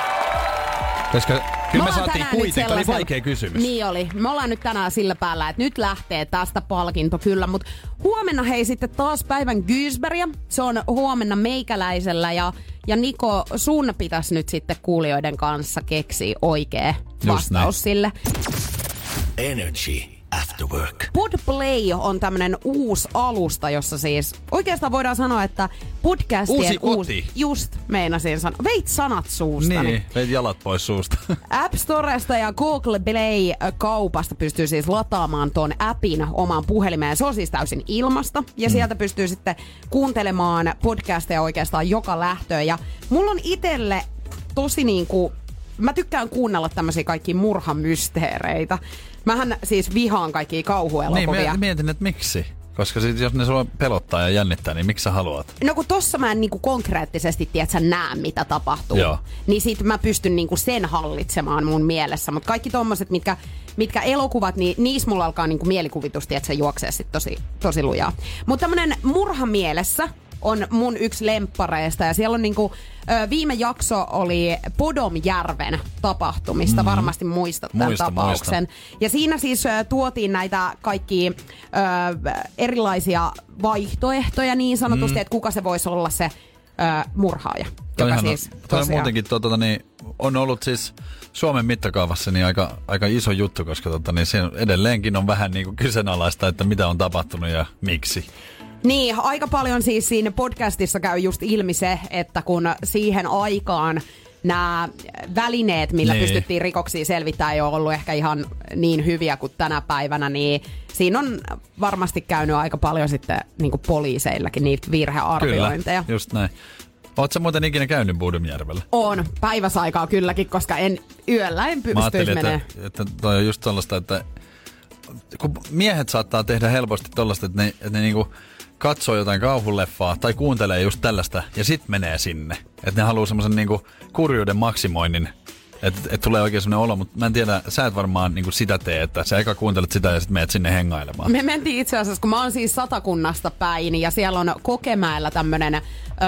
Koska kyllä me ollaan saatiin tänään nyt kuitenkin, oli sellaisen- vaikea kysymys. Niin oli. Me ollaan nyt tänään sillä päällä, että nyt lähtee tästä palkinto kyllä, mutta huomenna hei sitten taas päivän Gysbergia. Se on huomenna meikäläisellä ja Ja Niko, sun pitäisi nyt sitten kuulijoiden kanssa keksiä oikea vastaus sille. Energy After Work. Podplay on tämmönen uusi alusta, jossa siis oikeastaan voidaan sanoa, että podcastien Uusi koti. Just meinasin sanoa. Veit sanat suustani. Niin, veit jalat pois suusta. App Storesta ja Google Play-kaupasta pystyy siis lataamaan ton appin omaan puhelimeen. Se on siis täysin ilmasta. Ja mm. sieltä pystyy sitten kuuntelemaan podcasteja oikeastaan joka lähtöön. Ja mulla on itselle tosi niinku... Mä tykkään kuunnella tämmöisiä kaikkia murhamysteereitä. Mähän siis vihaan kaikkia kauhuelokuvia. Niin, mietin, että miksi? Koska sit, jos ne sulla pelottaa ja jännittää, niin miksi sä haluat? No kun tossa mä en niinku konkreettisesti tiedä, että sä näe, mitä tapahtuu. Joo. Niin sit mä pystyn niinku sen hallitsemaan mun mielessä. Mutta kaikki tommoset, mitkä, mitkä elokuvat, niin niissä mulla alkaa niinku mielikuvitus, että se juoksee sit tosi, tosi lujaa. Mutta tämmönen murha mielessä on mun yksi lemppareista ja siellä on niinku, ö, viime jakso oli Podomjärven tapahtumista, mm. varmasti muistat tämän muista, tapauksen. Muista. Ja siinä siis ö, tuotiin näitä kaikki ö, erilaisia vaihtoehtoja niin sanotusti, mm. että kuka se voisi olla se ö, murhaaja. Toi, joka on, siis toi on muutenkin tuota, niin, on ollut siis Suomen mittakaavassa niin aika, aika iso juttu, koska tota, niin se edelleenkin on vähän niin kuin kyseenalaista, että mitä on tapahtunut ja miksi. Niin, aika paljon siis siinä podcastissa käy just ilmi se, että kun siihen aikaan nämä välineet, millä niin. pystyttiin rikoksia selvittämään, ei ole ollut ehkä ihan niin hyviä kuin tänä päivänä, niin siinä on varmasti käynyt aika paljon sitten niin kuin poliiseillakin niitä virhearviointeja. Kyllä, just näin. Ootko sä muuten ikinä käynyt Bodumjärvellä? On, päiväsaikaa kylläkin, koska en yöllä en pystyisi menee. Että, että toi on just tollaista, että kun miehet saattaa tehdä helposti tollaista, että ne, että ne niinku katsoo jotain kauhuleffaa tai kuuntelee just tällaista ja sit menee sinne. Että ne haluaa semmoisen niinku kurjuuden maksimoinnin, että et tulee oikein semmoinen olo, mutta mä en tiedä, sä et varmaan niinku sitä tee, että sä eka kuuntelet sitä ja sit menet sinne hengailemaan. Me mentiin itse asiassa, kun mä oon siis Satakunnasta päin ja siellä on Kokemäellä tämmönen ö,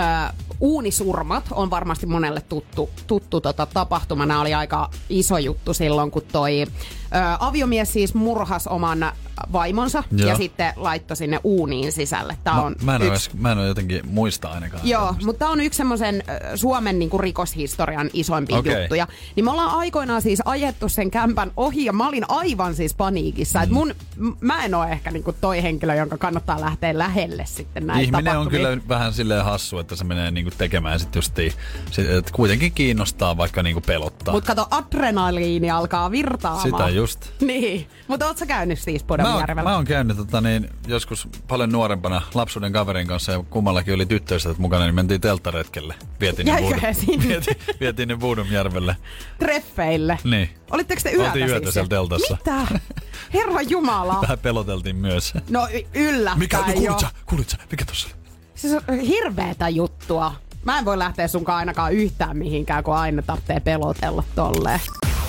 uunisurmat, on varmasti monelle tuttu, tuttu tota, tapahtuma. Nämä oli aika iso juttu silloin, kun toi ö, aviomies siis murhas oman vaimonsa Joo. ja sitten laittoi sinne uuniin sisälle. Tää on mä, mä, en yksi... ole, mä en ole jotenkin muista ainakaan. Joo, mutta tää on yksi semmoisen Suomen niinku rikoshistorian isoimpia okay. juttuja. Niin me ollaan aikoinaan siis ajettu sen kämpän ohi ja mä olin aivan siis paniikissa. Mm. Et mun, mä en ole ehkä niinku toi henkilö, jonka kannattaa lähteä lähelle sitten näitä Ihminen tapahtumia. on kyllä vähän silleen hassu, että se menee niinku tekemään sit justiin, että kuitenkin kiinnostaa vaikka niinku pelottaa. Mut kato, adrenaliini alkaa virtaamaan. Sitä just. Niin, mutta oot sä käynyt siis Podomjärvellä? Mä, mä oon käynyt tota, niin, joskus paljon nuorempana lapsuuden kaverin kanssa ja kummallakin oli tyttöystävät mukana, niin mentiin telttaretkelle. Vietiin ne, Voodum, vietiin, vietiin ne Bodumjärvelle. Treffeille. Niin. Olitteko te yötä Oltiin yötä siis? siellä teltassa. Mitä? Herra Jumala. Vähän peloteltiin myös. No yllättäen Mikä, no, jo. kuulit sä, kuulit sä, mikä tossa? Siis on hirveetä juttua. Mä en voi lähteä sunkaan ainakaan yhtään mihinkään, kun aina tarvitsee pelotella tolleen.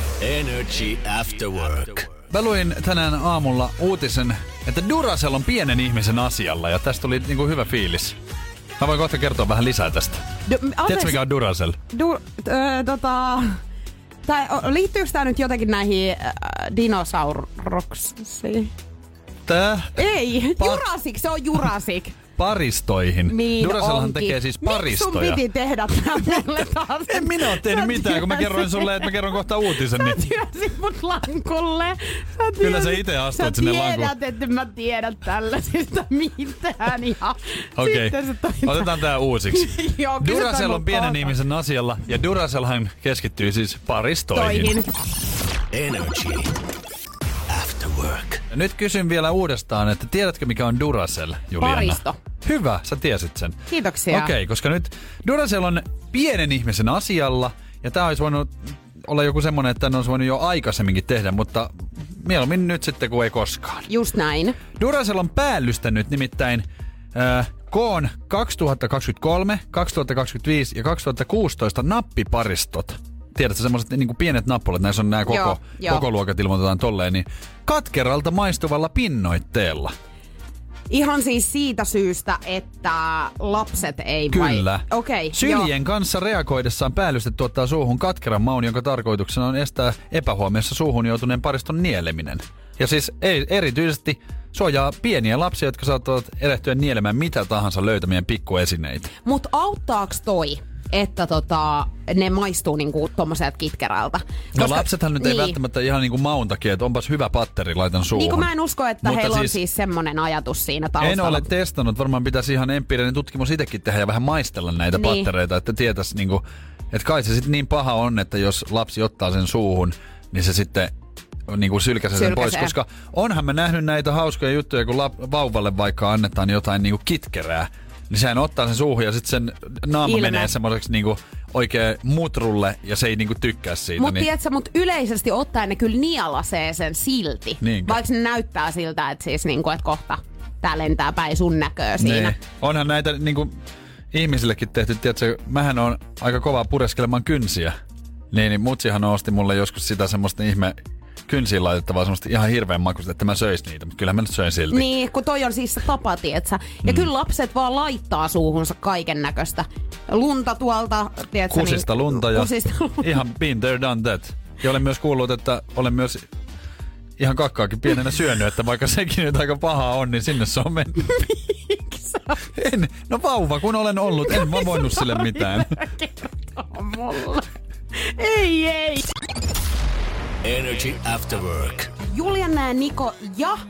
Energy After Work. Mä luin tänään aamulla uutisen, että Duracell on pienen ihmisen asialla ja tästä tuli niinku hyvä fiilis. Mä voin kohta kertoa vähän lisää tästä. Du, Tiedätkö mikä on Duracell? Du, äh, tota... Tai liittyykö tää nyt jotenkin näihin äh, dinosauruksiin? Tää? Ei, Pa- Jurassic, se on Jurassic. Paristoihin. Niin Duracellhan onkin. tekee siis paristoja. Miksi sun piti tehdä tää mulle taas? En minä ole tehnyt mitään, kun mä kerroin sulle, että mä kerron kohta uutisen. Sä Niin... työnsit mut lankulle. Sä Kyllä sä ite astuit sinne lankulle. Sä tiedät, että mä tiedän tällaisista mitään. Okei, okay. Otetaan tää uusiksi. Joo, Duracell on pienen kohta. ihmisen asialla ja Duracellhan keskittyy siis paristoihin. Toihin. Energy After Work. Nyt kysyn vielä uudestaan, että tiedätkö mikä on Duracell, Juliana? Paristo. Hyvä, sä tiesit sen. Kiitoksia. Okei, okay, koska nyt Duracell on pienen ihmisen asialla ja tää olisi voinut olla joku semmonen, että tän olisi voinut jo aikaisemminkin tehdä, mutta mieluummin nyt sitten kuin ei koskaan. Just näin. Duracell on päällystänyt nimittäin äh, koon kaksituhattakaksikymmentäkolme, kaksituhattakaksikymmentäviisi ja kaksituhattakuusitoista nappiparistot. Tiedätkö semmoiset niin kuin pienet nappulat, näissä on nämä koko, joo, joo. koko luokat ilmoitetaan tolleen, niin katkeralta maistuvalla pinnoitteella. Ihan siis siitä syystä, että lapset ei Kyllä. vai... Okei, Syljen joo. kanssa reagoidessaan päällyste tuottaa suuhun katkeran maun, jonka tarkoituksena on estää epähuomiossa suuhun joutuneen pariston nieleminen. Ja siis ei, erityisesti suojaa pieniä lapsia, jotka saattavat erehtyä nielemään mitä tahansa löytämien pikkuesineitä. Mut auttaaks toi? että tota, ne maistuu niinku tommoselta kitkerältä. No koska, lapsethan nyt niin. ei välttämättä ihan niinku maun takia, että onpas hyvä patteri, laitan suuhun. Niin kuin mä en usko, että Mutta heillä siis, on siis semmonen ajatus siinä taustalla. En ole testannut, varmaan pitäisi ihan empiirinen tutkimus itsekin tehdä ja vähän maistella näitä niin. pattereita, että tietäisi niinku, että kai se sitten niin paha on, että jos lapsi ottaa sen suuhun, niin se sitten niinku sylkäsee sen pois, koska onhan mä nähnyt näitä hauskoja juttuja, kun lap- vauvalle vaikka annetaan jotain niinku kitkerää, niin sehän ottaa sen suuhun ja sitten sen naama Ilme. menee semmoiseksi niinku oikein mutrulle ja se ei niinku tykkää siitä. Mutta niin... tiedätkö, mut yleisesti ottaen ne kyllä nielasee sen silti. Niinkö? Vaikka ne näyttää siltä, että siis niinku, et kohta tää lentää päin sun näköä siinä. Niin. Onhan näitä niinku ihmisillekin tehty, tiedätkö, mähän on aika kovaa pureskelemaan kynsiä. Niin, niin mutsihan osti mulle joskus sitä semmoista ihme kynsiin laitettavaa semmoista ihan hirveän makuista, että mä söis niitä, mutta kyllähän mä nyt söin silti. Niin, kun toi on siis se tapa, tietsä. Ja mm. kyllä lapset vaan laittaa suuhunsa kaiken näköistä. Lunta tuolta, tietsä. Kusista niin, lunta ja kusista lunta. Ihan been there, done that. Ja olen myös kuullut, että olen myös ihan kakkaakin pienenä syönyt, että vaikka sekin nyt aika pahaa on, niin sinne se on mennyt. Miksi? En, no vauva kun olen ollut, en mä voinut sille mitään. Kertoo mulle. Ei, ei. Energy After Work. Juliana, Niko ja...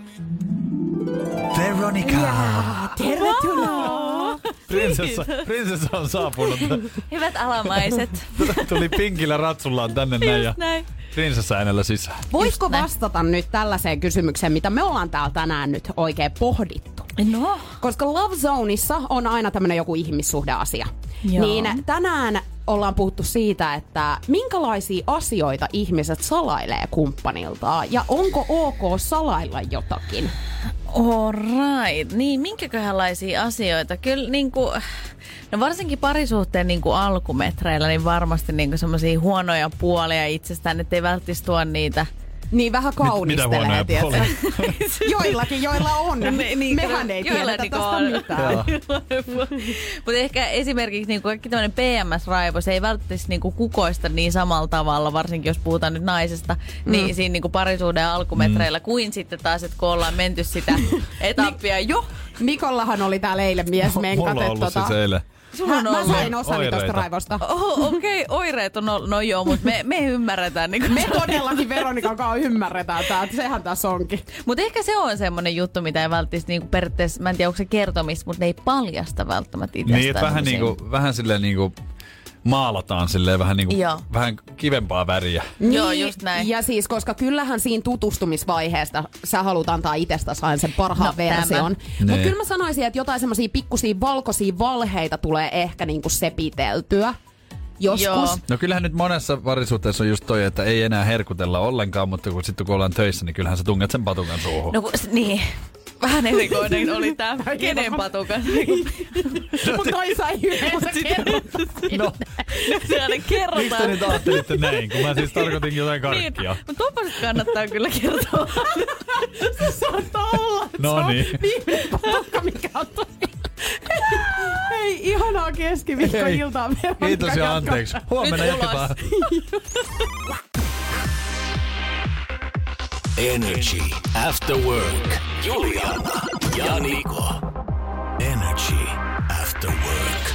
Veronica. Ja, tervetuloa. Prinsessa, prinsessa on saapunut. Hyvät alamaiset. Tuli pinkillä ratsullaan tänne näin ja näin. prinsessa äänellä sisään. Voitko vastata nyt tällaiseen kysymykseen, mitä me ollaan täällä tänään nyt oikein pohdittu? No. Koska Love Zoneissa on aina tämmönen joku ihmissuhdeasia. Joo. Niin tänään ollaan puhuttu siitä, että minkälaisia asioita ihmiset salailee kumppaniltaan ja onko ok salailla jotakin? All right. Niin, minkäköhänlaisia asioita? Kyllä niinku, no varsinkin parisuhteen niinku alkumetreillä, niin varmasti niinku semmosia huonoja puolia itsestään, ettei välttis tuo niitä. Niin vähän kaunistelee, tietsä. Joillakin, joilla on. Ne, niin, Mehän ei tiedetä tästä on. mitään. Mutta ehkä esimerkiksi niinku kaikki tämmöinen P M S-raivo, se ei välttämättä niinku kukoista niin samalla tavalla, varsinkin jos puhutaan nyt naisesta, mm. niin siinä niinku parisuuden alkumetreillä, mm. kuin sitten taas, että kun ollaan menty sitä etappia jo. Nikollahan oli täällä eilen miesmenkat. Mulla on ollut tota... siis eilen. Mä, mä sain osani tosta raivosta. Oh, okei, okay, oireet on, no, no joo, mutta me, me ymmärretään. Niin me todellakin Veronikan kanssa ymmärretään tää, sehän tässä onkin. Mutta ehkä se on semmoinen juttu, mitä ei välttämättä niinku periaatteessa, mä en tiedä onko se kertomista, mutta ne ei paljasta välttämättä itsestään. Niin, että vähän, niinku, vähän silleen niinku maalataan silleen vähän, niinku, vähän kivempaa väriä. Niin, joo, just näin. Ja siis, koska kyllähän siinä tutustumisvaiheesta sä haluat antaa itsestäsi aina sen parhaan no, version. Mutta kyllä mä sanoisin, että jotain semmosia pikkusia valkoisia valheita tulee ehkä niinku sepiteltyä. Joskus. Joo. No kyllähän nyt monessa parisuhteessa on just toi, että ei enää herkutella ollenkaan, mutta kun sitten kun ollaan töissä, niin kyllähän sä tunget sen patukan suuhun. No kun, niin. Vähän erikoinen oli tää kenen patukan. Mutta toi sai yhdessä kerrottaa. No, se aina kerrotaan. Miksi te nyt ajattelitte näin, kun mä siis tarkoitin jotain karkkia? Niin, mutta topasit kannattaa kyllä kertoa. Se saattaa olla, että no se on niin. viimeinen patukka, mikä on toi. Hei, ihanaa keskiviikkoiltaa. Kiitos ja anteeksi. Huomenna jatketaan. Energy After Work. Juliana ja Niko. Energy After Work.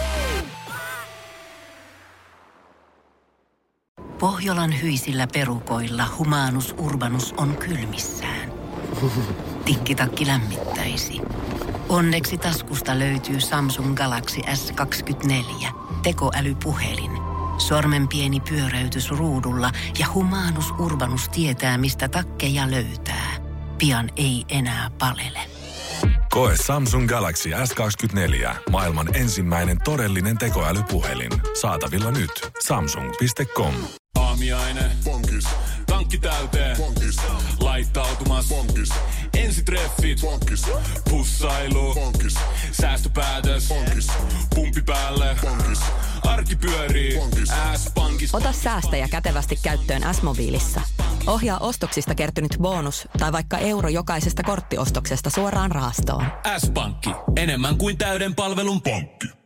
Pohjolan hyisillä perukoilla Humanus Urbanus on kylmissään. Tikkitakki lämmittäisi. Onneksi taskusta löytyy Samsung Galaxy S kaksikymmentäneljä, tekoälypuhelin. Sormen pieni pyöräytys ruudulla ja Humanus Urbanus tietää, mistä takkeja löytää. Pian ei enää palele. Koe Samsung Galaxy S kaksikymmentäneljä, maailman ensimmäinen todellinen tekoälypuhelin. Saatavilla nyt. samsung piste com. Aamiaine. Bonkis. Tankki täyteen. Bonkis. Laittautumas. Bonkis. Ensitreffit. Bonkis. Pussailu. Bonkis. Säästöpäätös. Bonkis. Pumpi päälle. Bonkis. Arki pyörii. S-pankis. Ota säästäjä kätevästi käyttöön S-mobiilissa. Ohjaa ostoksista kertynyt bonus tai vaikka euro jokaisesta korttiostoksesta suoraan rahastoon. S-pankki. Enemmän kuin täyden palvelun pankki.